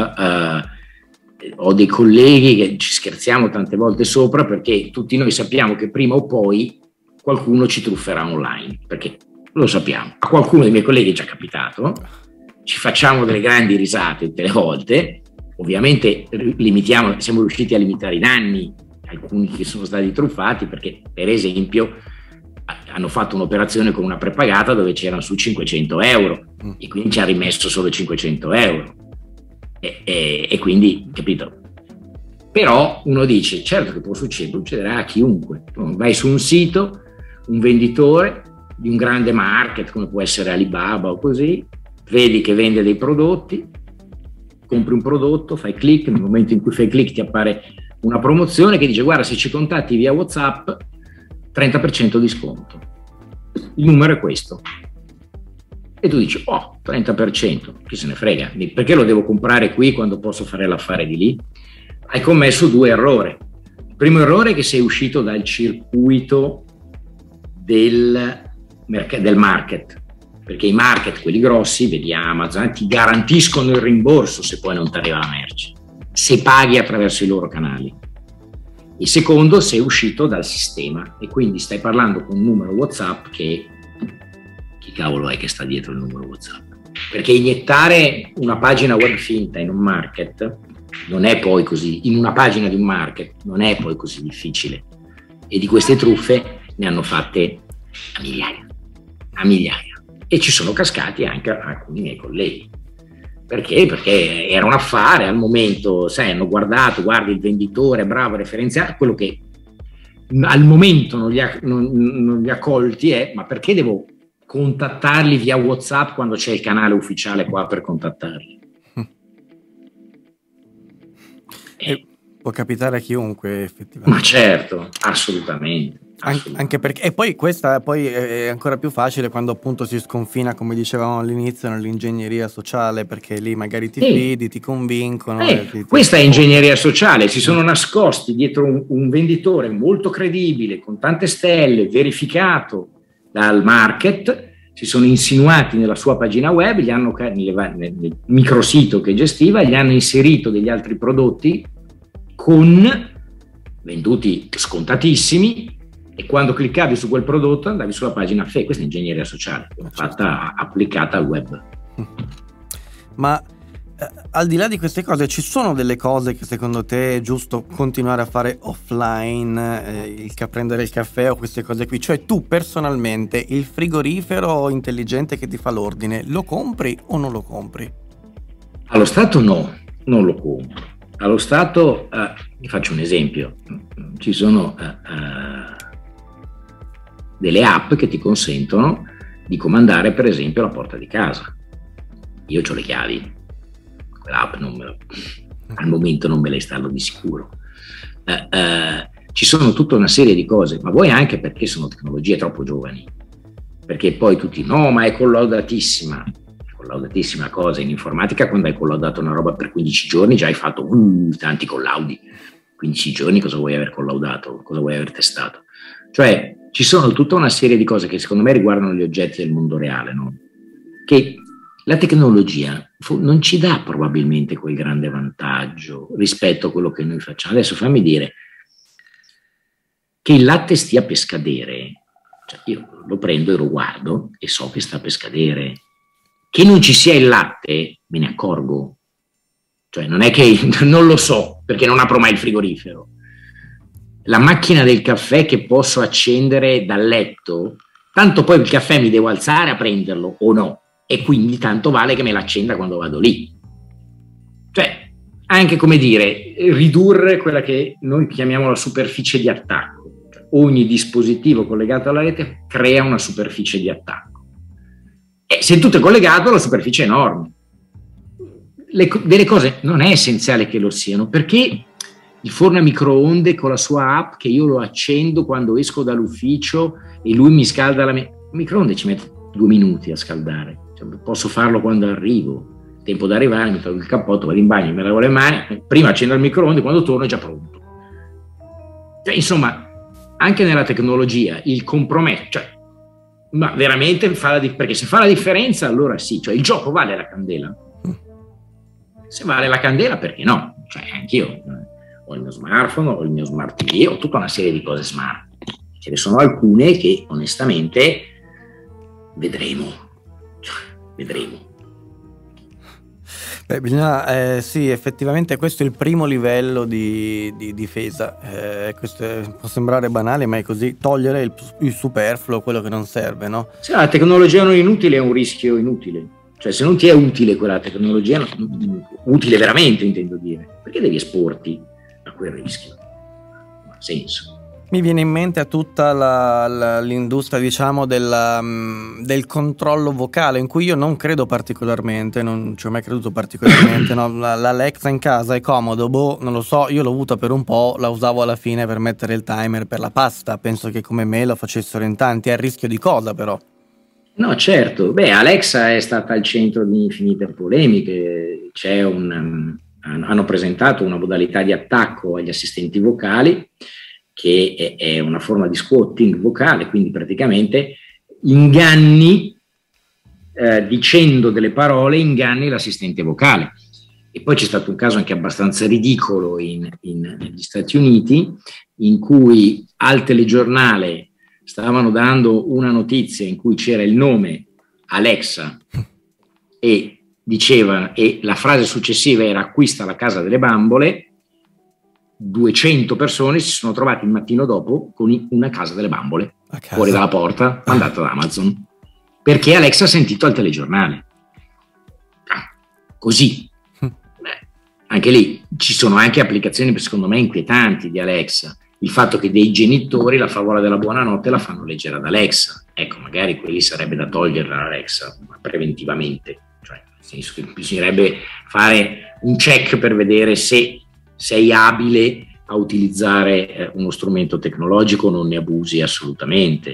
ho dei colleghi che ci scherziamo tante volte sopra, perché tutti noi sappiamo che prima o poi qualcuno ci trufferà online, perché lo sappiamo. A qualcuno dei miei colleghi è già capitato, ci facciamo delle grandi risate tutte le volte, ovviamente siamo riusciti a limitare i danni, alcuni che sono stati truffati, perché per esempio hanno fatto un'operazione con una prepagata dove c'erano su 500 euro e quindi ci ha rimesso solo 500 euro e quindi, capito? Però uno dice, certo che può succederà a chiunque. Vai su un sito, un venditore di un grande market come può essere Alibaba o così, vedi che vende dei prodotti, compri un prodotto, fai click, nel momento in cui fai click ti appare una promozione che dice, guarda, se ci contatti via WhatsApp 30% di sconto, il numero è questo, e tu dici, 30%, chi se ne frega, perché lo devo comprare qui quando posso fare l'affare di lì? Hai commesso 2 errori. Il primo errore è che sei uscito dal circuito del market, perché i market, quelli grossi, vedi Amazon, ti garantiscono il rimborso se poi non ti arriva la merce, se paghi attraverso i loro canali. Il secondo, sei uscito dal sistema e quindi stai parlando con un numero WhatsApp che chi cavolo è che sta dietro il numero WhatsApp? Perché iniettare una pagina web finta in un market non è poi così, in una pagina di un market non è poi così difficile, e di queste truffe ne hanno fatte a migliaia, e ci sono cascati anche alcuni miei colleghi. Perché? Perché era un affare, al momento, sai, hanno guardato, guardi il venditore, bravo, referenziale, quello che al momento non li ha colti è, ma perché devo contattarli via WhatsApp quando c'è il canale ufficiale qua per contattarli? Può capitare a chiunque, effettivamente. Ma certo, assolutamente. Anche perché, e poi questa poi è ancora più facile quando appunto si sconfina, come dicevamo all'inizio, nell'ingegneria sociale, perché lì magari ti fidi, ti convincono. Questa è ingegneria sociale, si sono nascosti dietro un venditore molto credibile, con tante stelle, verificato dal market, si sono insinuati nella sua pagina web, nel microsito che gestiva, gli hanno inserito degli altri prodotti venduti scontatissimi, e quando cliccavi su quel prodotto andavi sulla pagina FE. Questa è ingegneria sociale, fatta applicata al web. Ma al di là di queste cose, ci sono delle cose che secondo te è giusto continuare a fare offline, prendere il caffè o queste cose qui? Cioè tu personalmente il frigorifero intelligente che ti fa l'ordine, lo compri o non lo compri? Allo stato no, non lo compro. Allo stato, vi faccio un esempio, ci sono delle app che ti consentono di comandare per esempio la porta di casa. Io ho le chiavi, quell'app non me lo... Al momento non me la installo di sicuro. Ci sono tutta una serie di cose, ma vuoi anche perché sono tecnologie troppo giovani, perché poi tutti no, ma è collaudatissima cosa in informatica. Quando hai collaudato una roba per 15 giorni già hai fatto tanti collaudi. 15 giorni cosa vuoi aver collaudato, cosa vuoi aver testato? Cioè ci sono tutta una serie di cose che secondo me riguardano gli oggetti del mondo reale, no? Che la tecnologia non ci dà probabilmente quel grande vantaggio rispetto a quello che noi facciamo. Adesso fammi dire che il latte stia per scadere, cioè io lo prendo e lo guardo e so che sta per scadere. Che non ci sia il latte me ne accorgo, cioè non è che non lo so perché non apro mai il frigorifero. La macchina del caffè che posso accendere dal letto, tanto poi il caffè mi devo alzare a prenderlo o no, e quindi tanto vale che me l'accenda quando vado lì. Cioè anche, come dire, ridurre quella che noi chiamiamo la superficie di attacco. Cioè, ogni dispositivo collegato alla rete crea una superficie di attacco. E se tutto è collegato, la superficie è enorme. Delle cose non è essenziale che lo siano, perché il forno a microonde con la sua app che io lo accendo quando esco dall'ufficio e lui mi scalda il microonde ci mette 2 minuti a scaldare. Cioè, posso farlo quando arrivo. Tempo da arrivare, mi tolgo il cappotto, vado in bagno, mi lavo le mani, prima accendo il microonde, quando torno è già pronto. Cioè, insomma, anche nella tecnologia il compromesso, cioè, ma veramente perché se fa la differenza allora sì, cioè il gioco vale la candela. Se vale la candela, perché no? Cioè anch'io ho il mio smartphone, ho il mio smart TV, ho tutta una serie di cose smart. Ce ne sono alcune che onestamente vedremo. Beh, bisogna, sì, effettivamente questo è il primo livello di difesa. Questo può sembrare banale, ma è così: togliere il superfluo, quello che non serve, no? Se la tecnologia non è inutile, è un rischio inutile. Cioè, se non ti è utile quella tecnologia, utile veramente, intendo dire, perché devi esporti a quel rischio? Non ha senso. Mi viene in mente a tutta l'industria, diciamo, del controllo vocale, in cui io non credo particolarmente, non ci ho mai creduto particolarmente, no? L'Alexa in casa è comodo, non lo so, io l'ho avuta per un po', la usavo alla fine per mettere il timer per la pasta, penso che come me lo facessero in tanti, è a rischio di cosa però? No, certo, Alexa è stata al centro di infinite polemiche, hanno presentato una modalità di attacco agli assistenti vocali, che è una forma di squatting vocale, quindi praticamente inganni, dicendo delle parole, inganni l'assistente vocale. E poi c'è stato un caso anche abbastanza ridicolo negli Stati Uniti, in cui al telegiornale stavano dando una notizia in cui c'era il nome Alexa e la frase successiva era "acquista la casa delle bambole". 200 persone si sono trovati il mattino dopo con una casa delle bambole fuori dalla porta, mandata da Amazon, perché Alexa ha sentito al telegiornale. Così. Anche lì ci sono anche applicazioni secondo me inquietanti di Alexa. Il fatto che dei genitori la favola della buonanotte la fanno leggere ad Alexa. Ecco, magari quelli sarebbe da togliere da Alexa preventivamente, cioè nel senso che bisognerebbe fare un check per vedere se sei abile a utilizzare uno strumento tecnologico, non ne abusi assolutamente.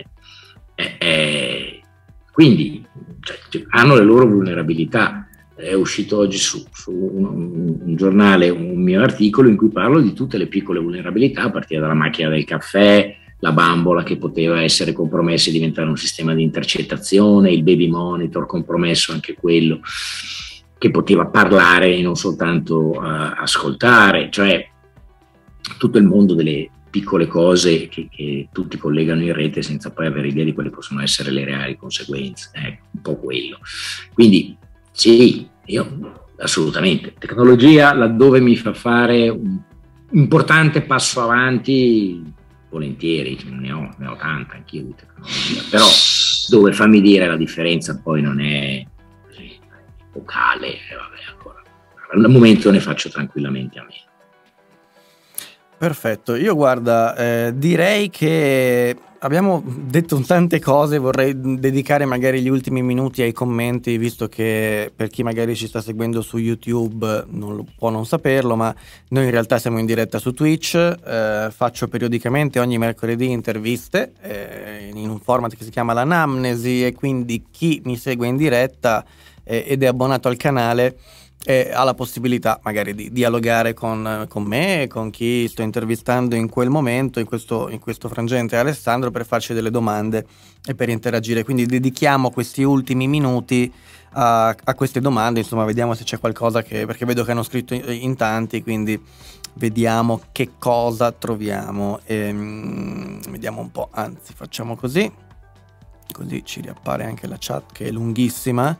Quindi hanno le loro vulnerabilità. È uscito oggi su un giornale un mio articolo in cui parlo di tutte le piccole vulnerabilità, a partire dalla macchina del caffè, la bambola che poteva essere compromessa e diventare un sistema di intercettazione, il baby monitor compromesso anche quello, che poteva parlare e non soltanto ascoltare, cioè tutto il mondo delle piccole cose che tutti collegano in rete senza poi avere idea di quali possono essere le reali conseguenze, un po' quello. Quindi sì, io assolutamente, tecnologia laddove mi fa fare un importante passo avanti, volentieri, ne ho tanta anch'io di tecnologia, però dove, fammi dire, la differenza poi non è vocale, ancora. Al momento ne faccio tranquillamente a meno. Perfetto, io guarda, direi che abbiamo detto tante cose, vorrei dedicare magari gli ultimi minuti ai commenti, visto che per chi magari ci sta seguendo su YouTube può non saperlo, ma noi in realtà siamo in diretta su Twitch, faccio periodicamente ogni mercoledì interviste in un format che si chiama l'Anamnesi, e quindi chi mi segue in diretta ed è abbonato al canale ha la possibilità magari di dialogare con me e con chi sto intervistando in quel momento, in questo frangente Alessandro, per farci delle domande e per interagire. Quindi dedichiamo questi ultimi minuti a queste domande, insomma, vediamo se c'è qualcosa perché vedo che hanno scritto in tanti, quindi vediamo che cosa troviamo. Vediamo un po', anzi facciamo così ci riappare anche la chat, che è lunghissima.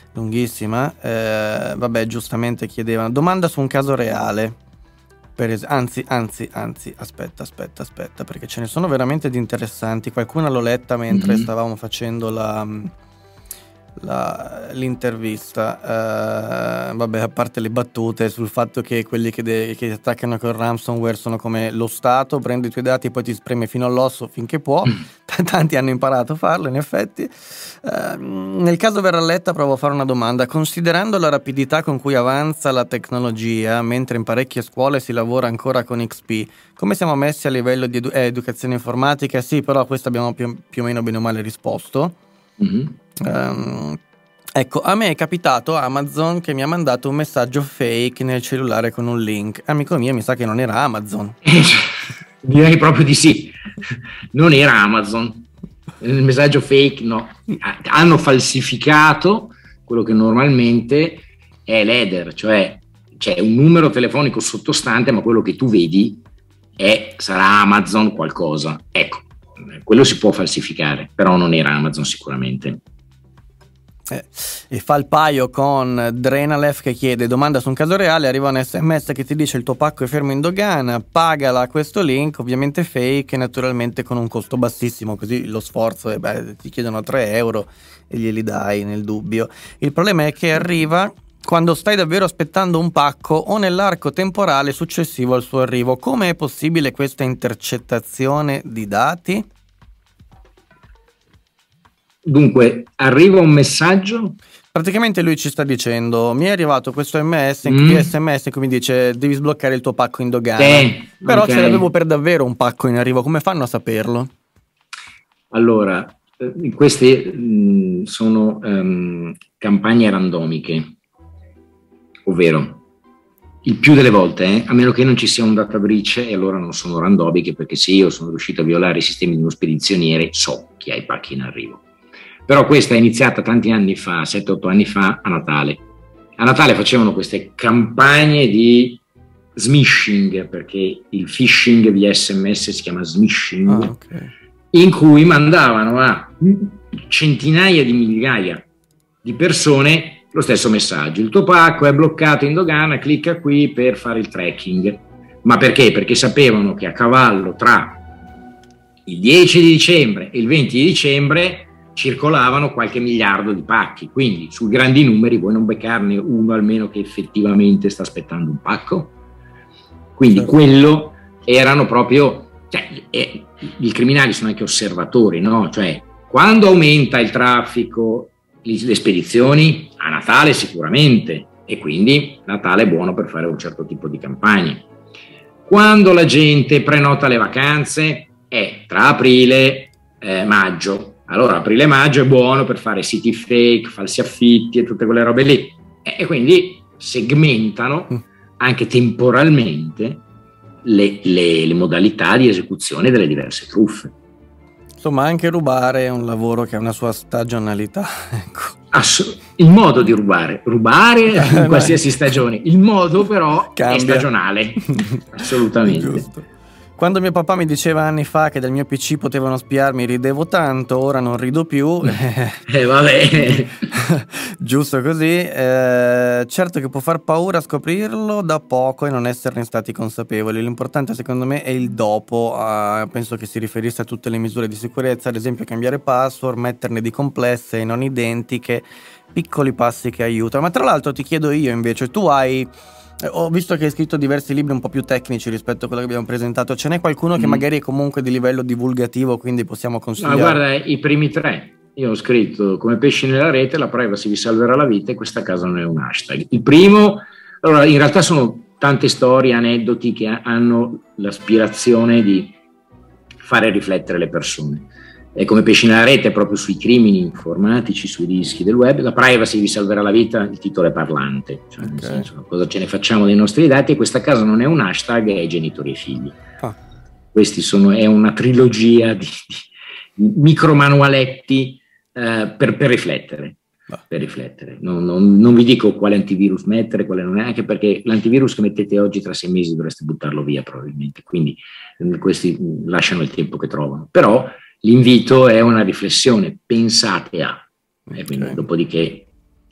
Vabbè, giustamente chiedevano domanda su un caso reale, anzi aspetta, perché ce ne sono veramente di interessanti. Qualcuna l'ho letta mentre stavamo facendo l'intervista. Vabbè, a parte le battute sul fatto che quelli che attaccano con ransomware sono come lo Stato, prende i tuoi dati e poi ti spreme fino all'osso finché può. Tanti hanno imparato a farlo, in effetti. Nel caso verrà letta, provo a fare una domanda. Considerando la rapidità con cui avanza la tecnologia, mentre in parecchie scuole si lavora ancora con XP, come siamo messi a livello di educazione informatica? Sì, però questo abbiamo più o meno bene o male risposto. Ecco, a me è capitato Amazon che mi ha mandato un messaggio fake nel cellulare con un link. Amico mio, mi sa che non era Amazon. Direi proprio di sì, non era Amazon. Il messaggio fake, no, hanno falsificato quello che normalmente è l'header, cioè c'è un numero telefonico sottostante, ma quello che tu vedi sarà Amazon qualcosa. Ecco, quello si può falsificare, però non era Amazon sicuramente. E fa il paio con Drenalef che chiede domanda su un caso reale, arriva un SMS che ti dice il tuo pacco è fermo in dogana, pagala a questo link, ovviamente fake, naturalmente con un costo bassissimo, così lo sforzo ti chiedono 3 euro e glieli dai nel dubbio. Il problema è che arriva quando stai davvero aspettando un pacco o nell'arco temporale successivo al suo arrivo. Come è possibile questa intercettazione di dati? Dunque, arriva un messaggio. Praticamente lui ci sta dicendo: mi è arrivato questo SMS in cui mi dice devi sbloccare il tuo pacco in dogana. Però ce l'avevo per davvero un pacco in arrivo, come fanno a saperlo? Allora, queste sono campagne randomiche, ovvero il più delle volte, a meno che non ci sia un data breach, e allora non sono randomiche, perché se io sono riuscito a violare i sistemi di uno spedizioniere so chi ha i pacchi in arrivo. Però questa è iniziata tanti anni fa, 7-8 anni fa, a Natale. A Natale facevano queste campagne di smishing, perché il phishing via SMS si chiama smishing, in cui mandavano a centinaia di migliaia di persone lo stesso messaggio: il tuo pacco è bloccato in dogana, clicca qui per fare il tracking. Ma perché? Perché sapevano che a cavallo tra il 10 di dicembre e il 20 di dicembre circolavano qualche miliardo di pacchi, quindi su grandi numeri vuoi non beccarne uno almeno che effettivamente sta aspettando un pacco? Quindi quello erano proprio, i criminali sono anche osservatori, no? Cioè, quando aumenta il traffico, le spedizioni, a Natale sicuramente, e quindi Natale è buono per fare un certo tipo di campagne. Quando la gente prenota le vacanze è tra aprile e maggio. Allora aprile e maggio è buono per fare siti fake, falsi affitti e tutte quelle robe lì, e quindi segmentano anche temporalmente le modalità di esecuzione delle diverse truffe. Insomma, anche rubare è un lavoro che ha una sua stagionalità. Ecco. Il modo di rubare in qualsiasi stagione, il modo però cambia. È stagionale, assolutamente. Giusto. Quando mio papà mi diceva anni fa che dal mio PC potevano spiarmi, ridevo tanto, ora non rido più. Vabbè. Giusto così. Certo che può far paura scoprirlo da poco e non esserne stati consapevoli. L'importante secondo me è il dopo. Penso che si riferisse a tutte le misure di sicurezza, ad esempio cambiare password, metterne di complesse e non identiche, piccoli passi che aiutano. Ma tra l'altro ti chiedo io invece, tu hai Ho visto che hai scritto diversi libri un po' più tecnici rispetto a quello che abbiamo presentato. Ce n'è qualcuno che magari è comunque di livello divulgativo, quindi possiamo consigliare? No, guarda, i primi 3. Io ho scritto Come pesci nella rete, la privacy vi salverà la vita e questa casa non è un hashtag. Il primo, allora, in realtà sono tante storie, aneddoti che hanno l'aspirazione di fare riflettere le persone. E Come pesci nella rete, proprio sui crimini informatici, sui rischi del web. La privacy vi salverà la vita, il titolo è parlante, cioè nel senso, cosa ce ne facciamo dei nostri dati, e questa casa non è un hashtag, è genitori e figli. Questi è una trilogia di micromanualetti per riflettere. Per riflettere. Non vi dico quale antivirus mettere, quale non è, anche perché l'antivirus che mettete oggi tra 6 mesi dovreste buttarlo via probabilmente, quindi questi lasciano il tempo che trovano. Però l'invito è una riflessione, pensate a, e quindi dopodiché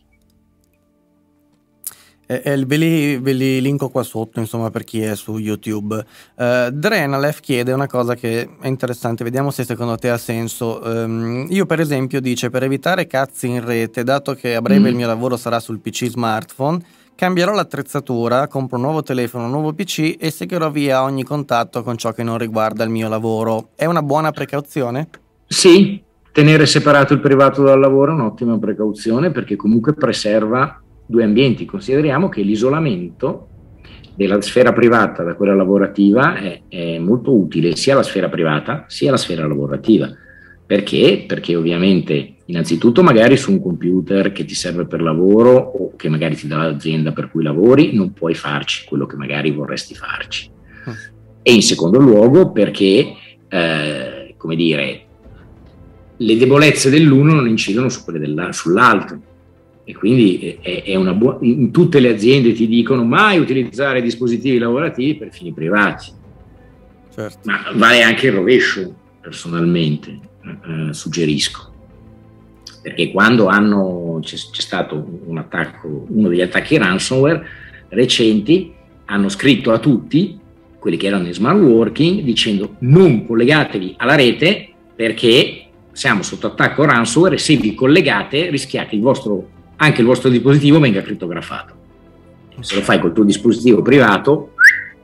ve li linko qua sotto, insomma, per chi è su YouTube. Drenalef chiede una cosa che è interessante, vediamo se secondo te ha senso. Io per esempio dice: per evitare cazzi in rete, dato che a breve il mio lavoro sarà sul PC smartphone, cambierò l'attrezzatura, compro un nuovo telefono, un nuovo PC e seguirò via ogni contatto con ciò che non riguarda il mio lavoro. È una buona precauzione? Sì, tenere separato il privato dal lavoro è un'ottima precauzione, perché comunque preserva 2 ambienti. Consideriamo che l'isolamento della sfera privata da quella lavorativa è molto utile sia alla sfera privata sia alla sfera lavorativa. Perché? Perché ovviamente innanzitutto magari su un computer che ti serve per lavoro o che magari ti dà l'azienda per cui lavori non puoi farci quello che magari vorresti farci. E in secondo luogo perché come dire, le debolezze dell'uno non incidono su quelle sull'altro. E quindi in tutte le aziende ti dicono mai utilizzare dispositivi lavorativi per fini privati. Certo. Ma vale anche il rovescio, personalmente, suggerisco. Perché quando c'è stato un attacco, uno degli attacchi ransomware recenti, hanno scritto a tutti, quelli che erano in smart working, dicendo: non collegatevi alla rete perché siamo sotto attacco ransomware e se vi collegate rischiate anche il vostro dispositivo venga crittografato. Se lo fai col tuo dispositivo privato,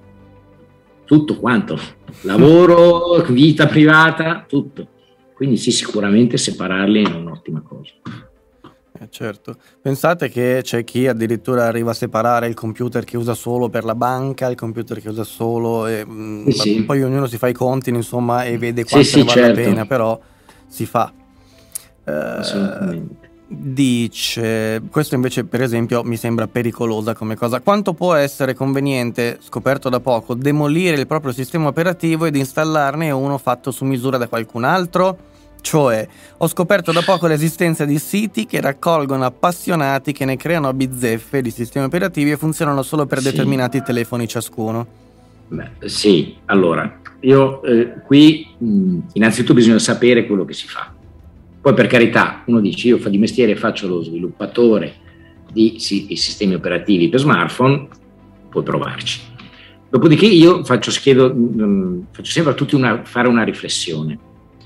tutto quanto, lavoro, vita privata, tutto. Quindi sì, sicuramente separarli è un'ottima cosa. Certo. Pensate che c'è chi addirittura arriva a separare il computer che usa solo per la banca, il computer che usa solo sì. Poi ognuno si fa i conti, insomma, e vede quanto ne vale la pena, però si fa. Assolutamente. Dice, questo invece per esempio mi sembra pericolosa come cosa: quanto può essere conveniente, scoperto da poco, demolire il proprio sistema operativo ed installarne uno fatto su misura da qualcun altro? Cioè, ho scoperto da poco l'esistenza di siti che raccolgono appassionati che ne creano a bizzeffe di sistemi operativi e funzionano solo per determinati telefoni ciascuno. Sì, allora io qui innanzitutto bisogna sapere quello che si fa. Poi per carità, uno dice: io di mestiere faccio lo sviluppatore di sistemi operativi per smartphone, puoi provarci. Dopodiché io faccio sempre a tutti fare una riflessione.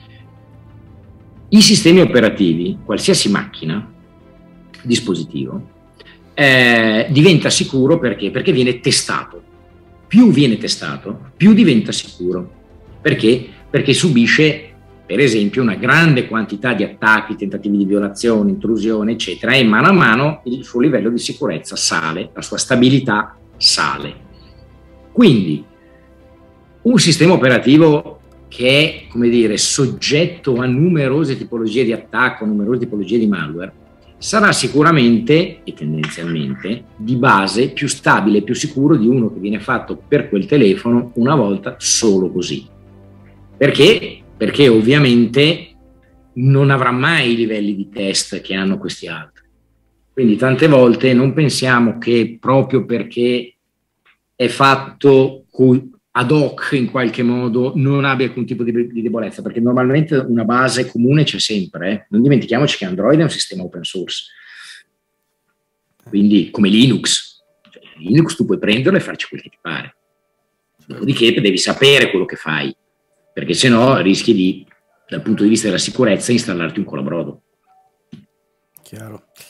I sistemi operativi, qualsiasi macchina, dispositivo, diventa sicuro perché viene testato. Più viene testato, più diventa sicuro. Perché? Perché subisce, per esempio, una grande quantità di attacchi, tentativi di violazione, intrusione, eccetera, e mano a mano il suo livello di sicurezza sale, la sua stabilità sale. Quindi un sistema operativo che è, come dire, soggetto a numerose tipologie di attacco, numerose tipologie di malware, sarà sicuramente e tendenzialmente di base più stabile, più sicuro di uno che viene fatto per quel telefono una volta solo così. Perché? Perché ovviamente non avrà mai i livelli di test che hanno questi altri. Quindi tante volte non pensiamo che proprio perché è fatto ad hoc in qualche modo non abbia alcun tipo di debolezza, perché normalmente una base comune c'è sempre. Non dimentichiamoci che Android è un sistema open source, quindi come Linux. Linux tu puoi prenderlo e farci quel che ti pare, dopodiché devi sapere quello che fai, perché sennò rischi di, dal punto di vista della sicurezza, installarti un colabrodo. Chiaro.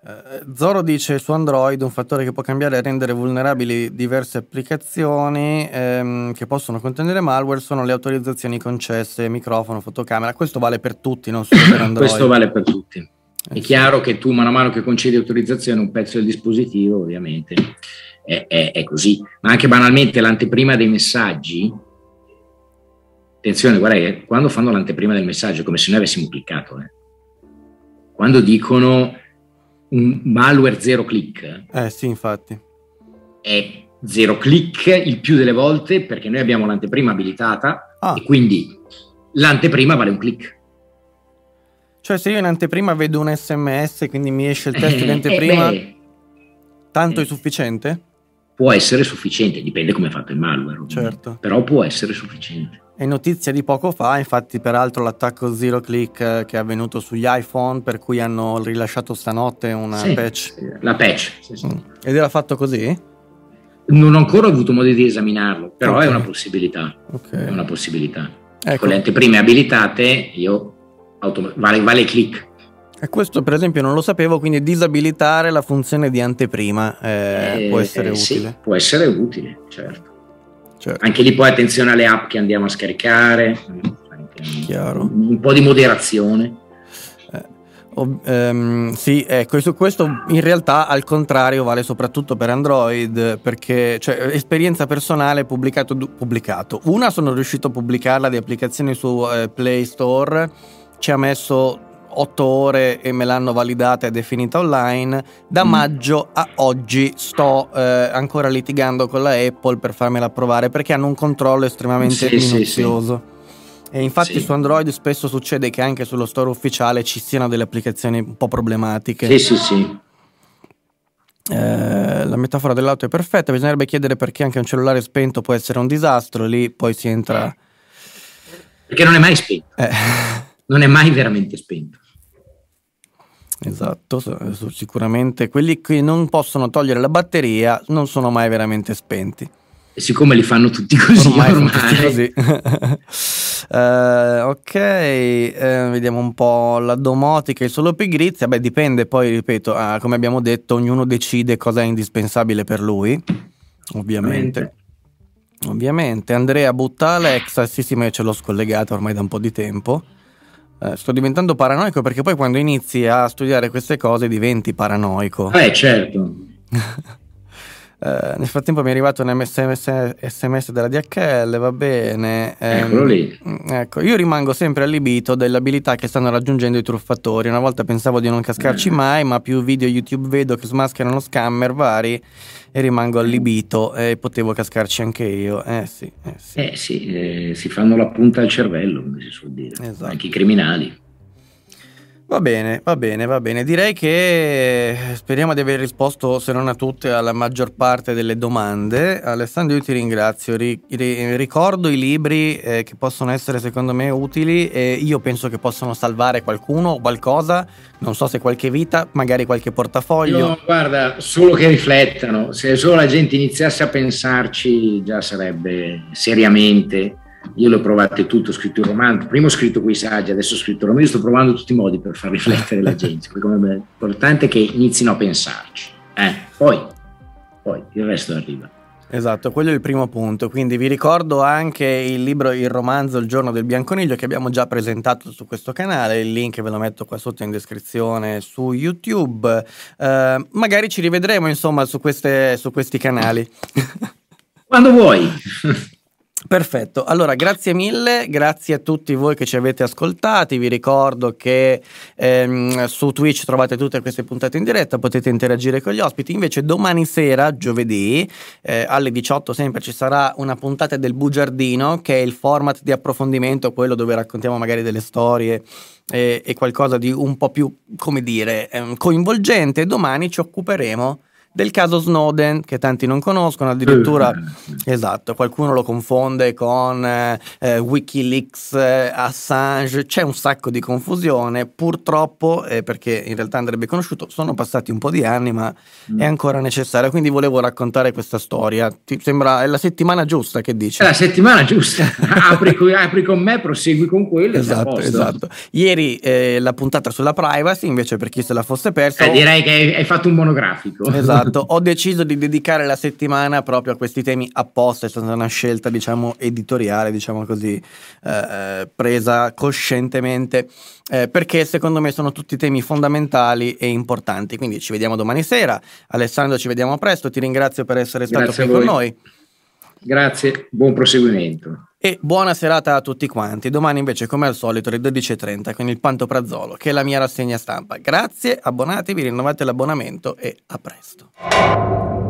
Zoro dice su Android un fattore che può cambiare e rendere vulnerabili diverse applicazioni che possono contenere malware sono le autorizzazioni concesse, microfono, fotocamera. Questo vale per tutti, non solo per Android. Questo vale per tutti. È chiaro che tu mano a mano che concedi autorizzazione a un pezzo del dispositivo, ovviamente è così, ma anche banalmente l'anteprima dei messaggi. Attenzione, guarda che quando fanno l'anteprima del messaggio è come se noi avessimo cliccato. Quando dicono un malware 0 click, sì, infatti è 0 click il più delle volte perché noi abbiamo l'anteprima abilitata e quindi l'anteprima vale un click. Cioè se io in anteprima vedo un SMS, quindi mi esce il testo di anteprima, tanto è sufficiente? Può essere sufficiente, dipende come è fatto il malware, certo. Però può essere sufficiente. È notizia di poco fa, infatti, peraltro l'attacco zero click che è avvenuto sugli iPhone, per cui hanno rilasciato stanotte una patch. La patch. Sì. Ed era fatto così? Non ho ancora avuto modo di esaminarlo, però è una possibilità. È una possibilità. Ecco. Con le anteprime abilitate, vale click. E questo per esempio non lo sapevo, quindi disabilitare la funzione di anteprima può essere utile. Sì, può essere utile, certo. Anche lì poi attenzione alle app che andiamo a scaricare, chiaro. Un po' di moderazione. Sì, ecco, su questo in realtà al contrario vale soprattutto per Android, perché esperienza personale pubblicato. Una, sono riuscito a pubblicarla di applicazioni su Play Store, ci ha messo 8 ore e me l'hanno validata e definita online. Da maggio a oggi sto ancora litigando con la Apple per farmela approvare, perché hanno un controllo estremamente minuzioso. Sì. E infatti su Android spesso succede che anche sullo store ufficiale ci siano delle applicazioni un po' problematiche. Sì. La metafora dell'auto è perfetta, bisognerebbe chiedere perché anche un cellulare spento può essere un disastro, lì poi si entra... Perché non è mai spento. Non è mai veramente spento. Esatto, sicuramente quelli che non possono togliere la batteria non sono mai veramente spenti. E siccome li fanno tutti così ormai. Ok, vediamo un po' la domotica e solo pigrizia. Beh, dipende poi, ripeto, come abbiamo detto, ognuno decide cosa è indispensabile per lui, ovviamente. Andrea butta Alexa, sì, ma io ce l'ho scollegata ormai da un po' di tempo. Sto diventando paranoico perché poi quando inizi a studiare queste cose diventi paranoico. Certo. Nel frattempo mi è arrivato un SMS della DHL, va bene. Eccolo lì. Ecco, io rimango sempre allibito dell'abilità che stanno raggiungendo i truffatori. Una volta pensavo di non cascarci mai, ma più video YouTube vedo che smascherano scammer vari e rimango allibito, e potevo cascarci anche io. Si fanno la punta al cervello, come si suol dire. Esatto. Anche i criminali. Va bene. Direi che speriamo di aver risposto, se non a tutte, alla maggior parte delle domande. Alessandro, io ti ringrazio. Ricordo i libri che possono essere secondo me utili, e io penso che possano salvare qualcuno o qualcosa. Non so se qualche vita, magari qualche portafoglio. No, guarda, solo che riflettano. Se solo la gente iniziasse a pensarci, già sarebbe seriamente. Io l'ho provato tutto, ho scritto il romanzo, prima ho scritto quei saggi, adesso ho scritto il romanzo, sto provando tutti i modi per far riflettere la gente, perché l'importante è che inizino a pensarci, poi il resto arriva. Esatto, quello è il primo punto. Quindi vi ricordo anche il romanzo Il giorno del bianconiglio, che abbiamo già presentato su questo canale, il link ve lo metto qua sotto in descrizione su YouTube. Magari ci rivedremo insomma su questi canali. Quando vuoi. Perfetto, allora grazie mille, grazie a tutti voi che ci avete ascoltati. Vi ricordo che su Twitch trovate tutte queste puntate in diretta, potete interagire con gli ospiti. Invece domani sera, giovedì, alle 18 sempre ci sarà una puntata del Bugiardino, che è il format di approfondimento, quello dove raccontiamo magari delle storie e qualcosa di un po' più, come dire, coinvolgente. Domani ci occuperemo del caso Snowden, che tanti non conoscono, addirittura esatto, qualcuno lo confonde con Wikileaks, Assange, c'è un sacco di confusione, purtroppo, perché in realtà andrebbe conosciuto, sono passati un po' di anni, ma è ancora necessario, quindi volevo raccontare questa storia. Ti sembra è la settimana giusta, che dici? È la settimana giusta, apri con me, prosegui con quello. Esatto. Ieri la puntata sulla privacy, invece, per chi se la fosse persa, direi che hai fatto un monografico. Esatto, ho deciso di dedicare la settimana proprio a questi temi apposta, è stata una scelta, diciamo, editoriale, diciamo così, presa coscientemente, perché secondo me sono tutti temi fondamentali e importanti. Quindi ci vediamo domani sera. Alessandro, ci vediamo presto, ti ringrazio per essere stato qui con noi. Grazie, buon proseguimento. E buona serata a tutti quanti. Domani invece, come al solito, alle 12:30 con il Pantoprazolo, che è la mia rassegna stampa. Grazie, abbonatevi, rinnovate l'abbonamento e a presto.